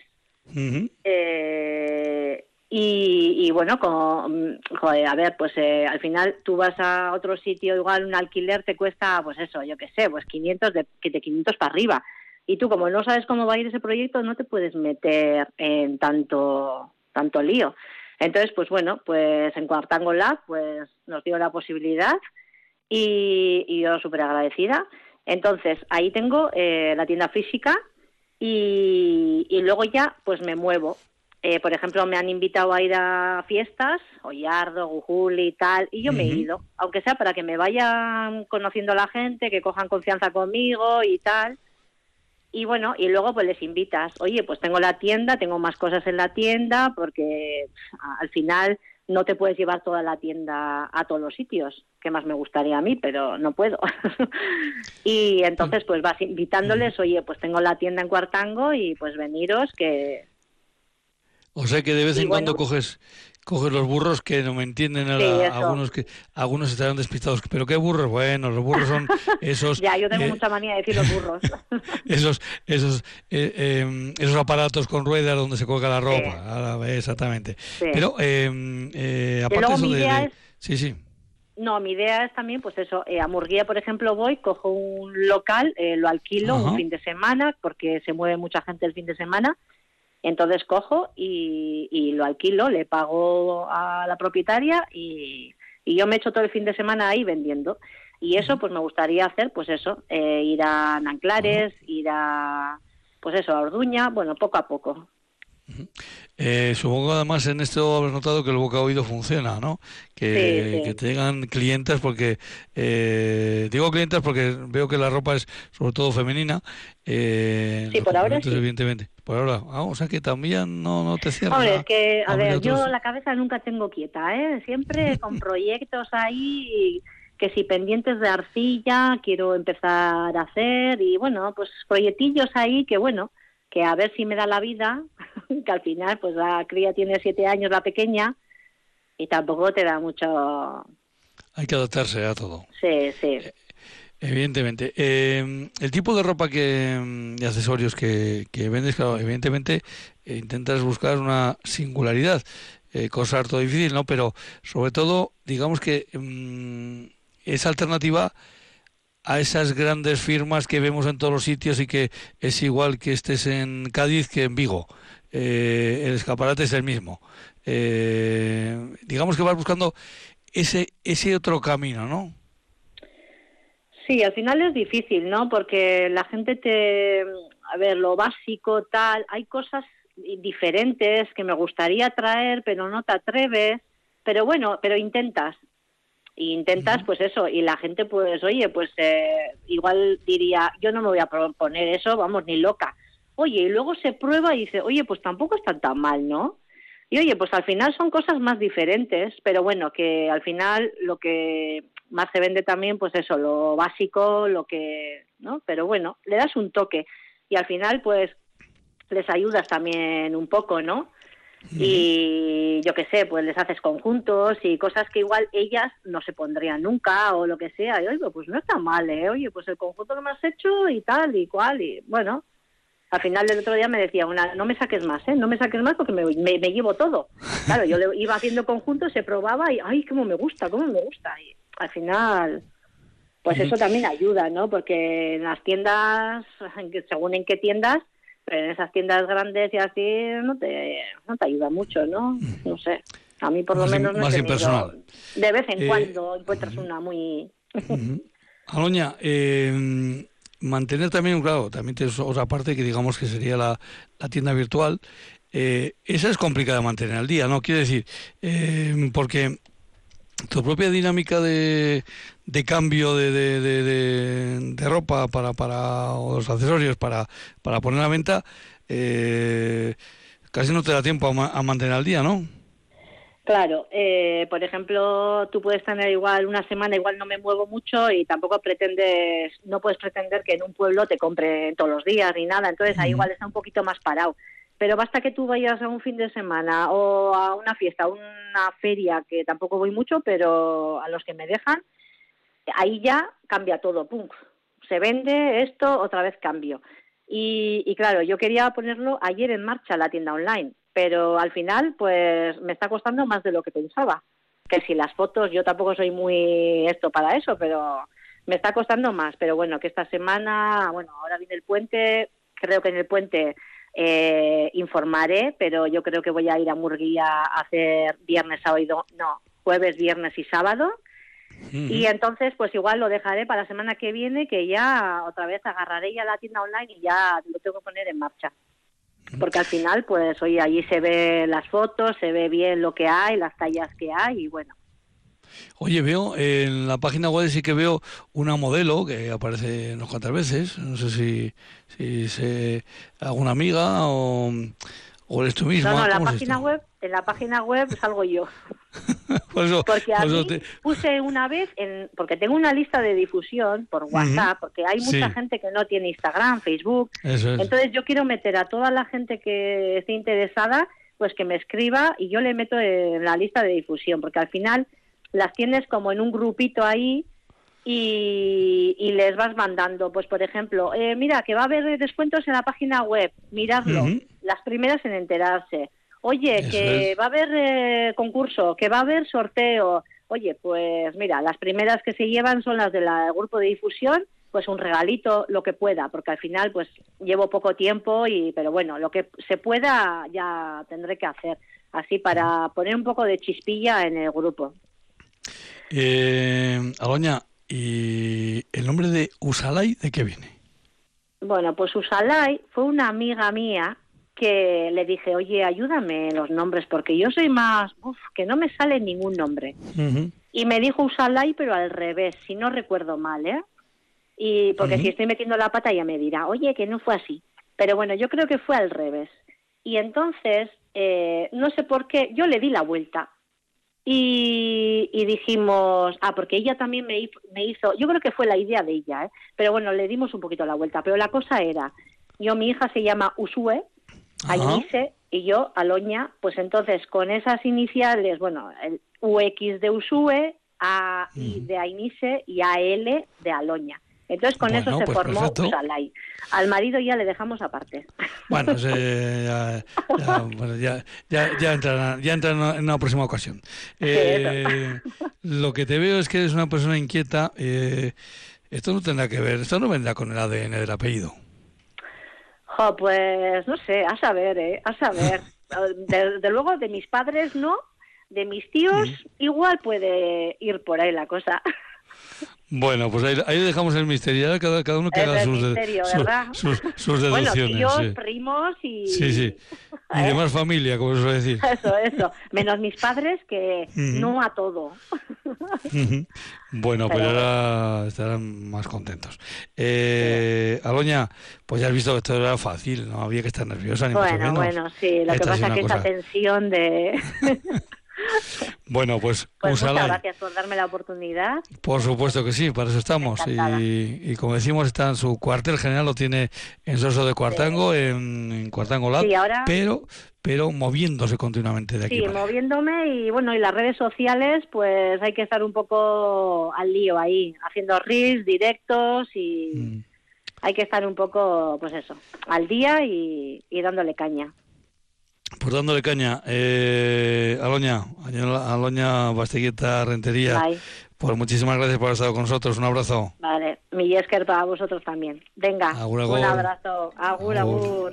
[SPEAKER 7] Y bueno, a ver, pues al final tú vas a otro sitio, igual un alquiler te cuesta, pues eso, yo qué sé, pues 500 de 500 para arriba. Y tú, como no sabes cómo va a ir ese proyecto, no te puedes meter en tanto lío. Entonces, pues bueno, pues en Cuartango Lab pues nos dio la posibilidad y yo súper agradecida. Entonces, ahí tengo la tienda física y luego ya pues me muevo. Por ejemplo, me han invitado a ir a fiestas, Ollardo, Gujuli y tal, y yo me he ido, aunque sea para que me vayan conociendo a la gente, que cojan confianza conmigo y tal. Y bueno, y luego pues les invitas, oye, pues tengo la tienda, tengo más cosas en la tienda, porque al final no te puedes llevar toda la tienda a todos los sitios, que más me gustaría a mí, pero no puedo. Y entonces pues vas invitándoles, oye, pues tengo la tienda en Cuartango y pues veniros que...
[SPEAKER 1] O sea que de vez en cuando coges los burros que no me entienden, algunos estarán despistados, pero ¿qué burros? Bueno, los burros son esos...
[SPEAKER 7] Ya, yo tengo mucha manía de decir los burros.
[SPEAKER 1] esos aparatos con ruedas donde se cuelga la ropa, exactamente. Sí. Pero aparte eso Sí.
[SPEAKER 7] No, mi idea es también, pues eso, a Murguía, por ejemplo, cojo un local, lo alquilo un fin de semana, porque se mueve mucha gente el fin de semana. Entonces cojo y lo alquilo, le pago a la propietaria y yo me echo todo el fin de semana ahí vendiendo. Y eso pues me gustaría hacer, pues eso, ir a Nanclares, ir a pues eso, a Orduña, bueno, poco a poco.
[SPEAKER 1] Supongo además en esto habrás notado que el boca a oído funciona, ¿no? Que te llegan clientas porque digo clientas porque veo que la ropa es sobre todo femenina.
[SPEAKER 7] Sí, por ahora sí.
[SPEAKER 1] Evidentemente. Por ahora, o sea que también no te cierras.
[SPEAKER 7] Hombre, es que, a ver, yo la cabeza nunca tengo quieta, siempre con proyectos ahí, que si pendientes de arcilla quiero empezar a hacer y bueno, pues proyectillos ahí que bueno, que a ver si me da la vida, que al final pues la cría tiene 7 años, la pequeña, y tampoco te da mucho...
[SPEAKER 1] Hay que adaptarse a todo.
[SPEAKER 7] Sí.
[SPEAKER 1] Evidentemente. El tipo de ropa y accesorios que vendes, claro, evidentemente intentas buscar una singularidad, cosa harto difícil, ¿no? Pero sobre todo, digamos que es alternativa a esas grandes firmas que vemos en todos los sitios y que es igual que estés en Cádiz que en Vigo. El escaparate es el mismo. Digamos que vas buscando ese otro camino, ¿no?
[SPEAKER 7] Sí, al final es difícil, ¿no? Porque la gente a ver, lo básico, tal, hay cosas diferentes que me gustaría traer, pero no te atreves, pero bueno, pero intentas. Y intentas, pues eso, y la gente, pues, oye, pues igual diría, yo no me voy a proponer eso, vamos, ni loca. Oye, y luego se prueba y dice, oye, pues tampoco está tan mal, ¿no? Y oye, pues al final son cosas más diferentes, pero bueno, que al final lo que más se vende también, pues eso, lo básico, lo que, ¿no? Pero bueno, le das un toque y al final, pues, les ayudas también un poco, ¿no? Y yo qué sé, pues les haces conjuntos y cosas que igual ellas no se pondrían nunca o lo que sea. Y oye, pues no está mal, oye, pues el conjunto que me has hecho y tal y cual. Y bueno, al final del otro día me decía una, no me saques más, no me saques más porque me llevo todo. Claro, yo le iba haciendo conjuntos, se probaba y ay, cómo me gusta. Y al final, pues eso también ayuda, ¿no? Porque en las tiendas, según en qué tiendas, pero en esas tiendas grandes y así no te ayuda mucho, ¿no? No sé. A mí por lo menos no he tenido... Impersonal. De vez en cuando encuentras una muy...
[SPEAKER 1] Aloña, mantener también, claro, también tienes otra parte que digamos que sería la tienda virtual. Esa es complicada de mantener al día, ¿no? Quiero decir, porque tu propia dinámica de cambio de ropa para o los accesorios para poner a la venta casi no te da tiempo a mantener al día, ¿no?
[SPEAKER 7] Claro, por ejemplo, tú puedes tener igual una semana, igual no me muevo mucho y tampoco no puedes pretender que en un pueblo te compre todos los días ni nada, entonces ahí igual está un poquito más parado. Pero basta que tú vayas a un fin de semana o a una fiesta, a una feria, que tampoco voy mucho, pero a los que me dejan, ahí ya cambia todo, ¡pum! Se vende esto, otra vez cambio. Y claro, yo quería ponerlo ayer en marcha, la tienda online, pero al final pues me está costando más de lo que pensaba. Que si las fotos, yo tampoco soy muy para eso, pero me está costando más. Pero bueno, que esta semana, bueno, ahora viene el puente, creo que en el puente... informaré, pero yo creo que voy a ir a Murguía a hacer jueves, viernes y sábado. Y entonces pues igual lo dejaré para la semana que viene, que ya otra vez agarraré ya la tienda online y ya lo tengo que poner en marcha. Porque al final pues oye, allí se ve las fotos, se ve bien lo que hay, las tallas que hay y bueno.
[SPEAKER 1] Oye, veo en la página web sí que veo una modelo que aparece unas cuantas veces. No sé si es alguna amiga o eres tú misma.
[SPEAKER 7] No, en la página web salgo yo. Porque puse una vez, porque tengo una lista de difusión por WhatsApp, porque hay mucha gente que no tiene Instagram, Facebook.
[SPEAKER 1] Eso es.
[SPEAKER 7] Entonces yo quiero meter a toda la gente que esté interesada, pues que me escriba y yo le meto en la lista de difusión, porque al final las tienes como en un grupito ahí y les vas mandando, pues por ejemplo, mira, que va a haber descuentos en la página web, miradlo, las primeras en enterarse. Oye, eso que va a haber concurso, que va a haber sorteo. Oye, pues mira, las primeras que se llevan son las del grupo de difusión, pues un regalito, lo que pueda, porque al final pues llevo poco tiempo, pero bueno, lo que se pueda ya tendré que hacer, así para poner un poco de chispilla en el grupo.
[SPEAKER 1] Aloña, ¿y el nombre de Usalay de qué viene?
[SPEAKER 7] Bueno, pues Usalay fue una amiga mía que le dije, oye, ayúdame los nombres, porque yo soy más... que no me sale ningún nombre.
[SPEAKER 1] Uh-huh.
[SPEAKER 7] Y me dijo Usalay, pero al revés, si no recuerdo mal, ¿eh? Y porque si estoy metiendo la pata ya me dirá, oye, que no fue así. Pero bueno, yo creo que fue al revés. Y entonces, no sé por qué, yo le di la vuelta. Y dijimos, porque ella también me hizo, yo creo que fue la idea de ella, ¿eh? Pero bueno, le dimos un poquito la vuelta. Pero la cosa era, mi hija se llama Usue, Ainise, y yo, Aloña, pues entonces con esas iniciales, bueno, el UX de Usue, AI de Ainise y AL de Aloña. Entonces con eso se formó Usalay. Al marido ya le dejamos aparte.
[SPEAKER 1] Bueno, ya entra en una próxima ocasión. Lo que te veo es que eres una persona inquieta. Esto no tendrá que ver, esto no vendrá con el ADN del apellido.
[SPEAKER 7] Pues no sé, a saber. Desde luego de mis padres no, de mis tíos igual puede ir por ahí la cosa.
[SPEAKER 1] Bueno, pues ahí dejamos el misterio. Cada uno que haga sus deducciones.
[SPEAKER 7] Bueno, tíos, primos y...
[SPEAKER 1] Sí. Y demás familia, como se suele decir.
[SPEAKER 7] Eso. Menos mis padres, que no a todo.
[SPEAKER 1] Bueno, pues ahora estarán más contentos. Aloña, pues ya has visto que esto era fácil, no había que estar nerviosa ni mucho menos.
[SPEAKER 7] Bueno, sí, lo que pasa es que esa tensión de...
[SPEAKER 1] Bueno, pues
[SPEAKER 7] muchas gracias por darme la oportunidad.
[SPEAKER 1] Por supuesto que sí, para eso estamos. Y como decimos, está en su cuartel general, lo tiene en Soso de Cuartango, en Cuartango Lab,
[SPEAKER 7] ahora...
[SPEAKER 1] pero moviéndose continuamente de aquí.
[SPEAKER 7] Sí, moviéndome y las redes sociales, pues hay que estar un poco al lío ahí, haciendo reels, directos y hay que estar un poco, pues eso, al día y dándole caña.
[SPEAKER 1] Pues dándole caña, Aloña Basteguieta Rentería, pues muchísimas gracias por haber estado con nosotros, un abrazo.
[SPEAKER 7] Vale, mi esker para vosotros también. Venga,
[SPEAKER 1] agur.
[SPEAKER 7] Un abrazo, agur.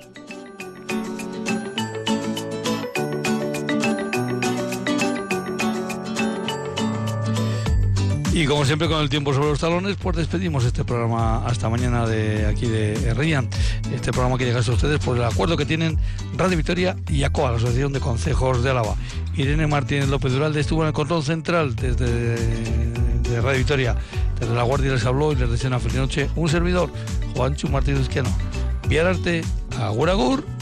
[SPEAKER 1] Y como siempre, con el tiempo sobre los talones, pues despedimos este programa hasta mañana de aquí de Rian. Este programa que llega a ustedes por el acuerdo que tienen Radio Vitoria y ACOA, la Asociación de Concejos de Álava. Irene Martínez López Duralde estuvo en el control central de Radio Vitoria. Desde La Guardia les habló y les deseo una feliz noche un servidor, Juancho Martínez Esquiano. Viararte, agur.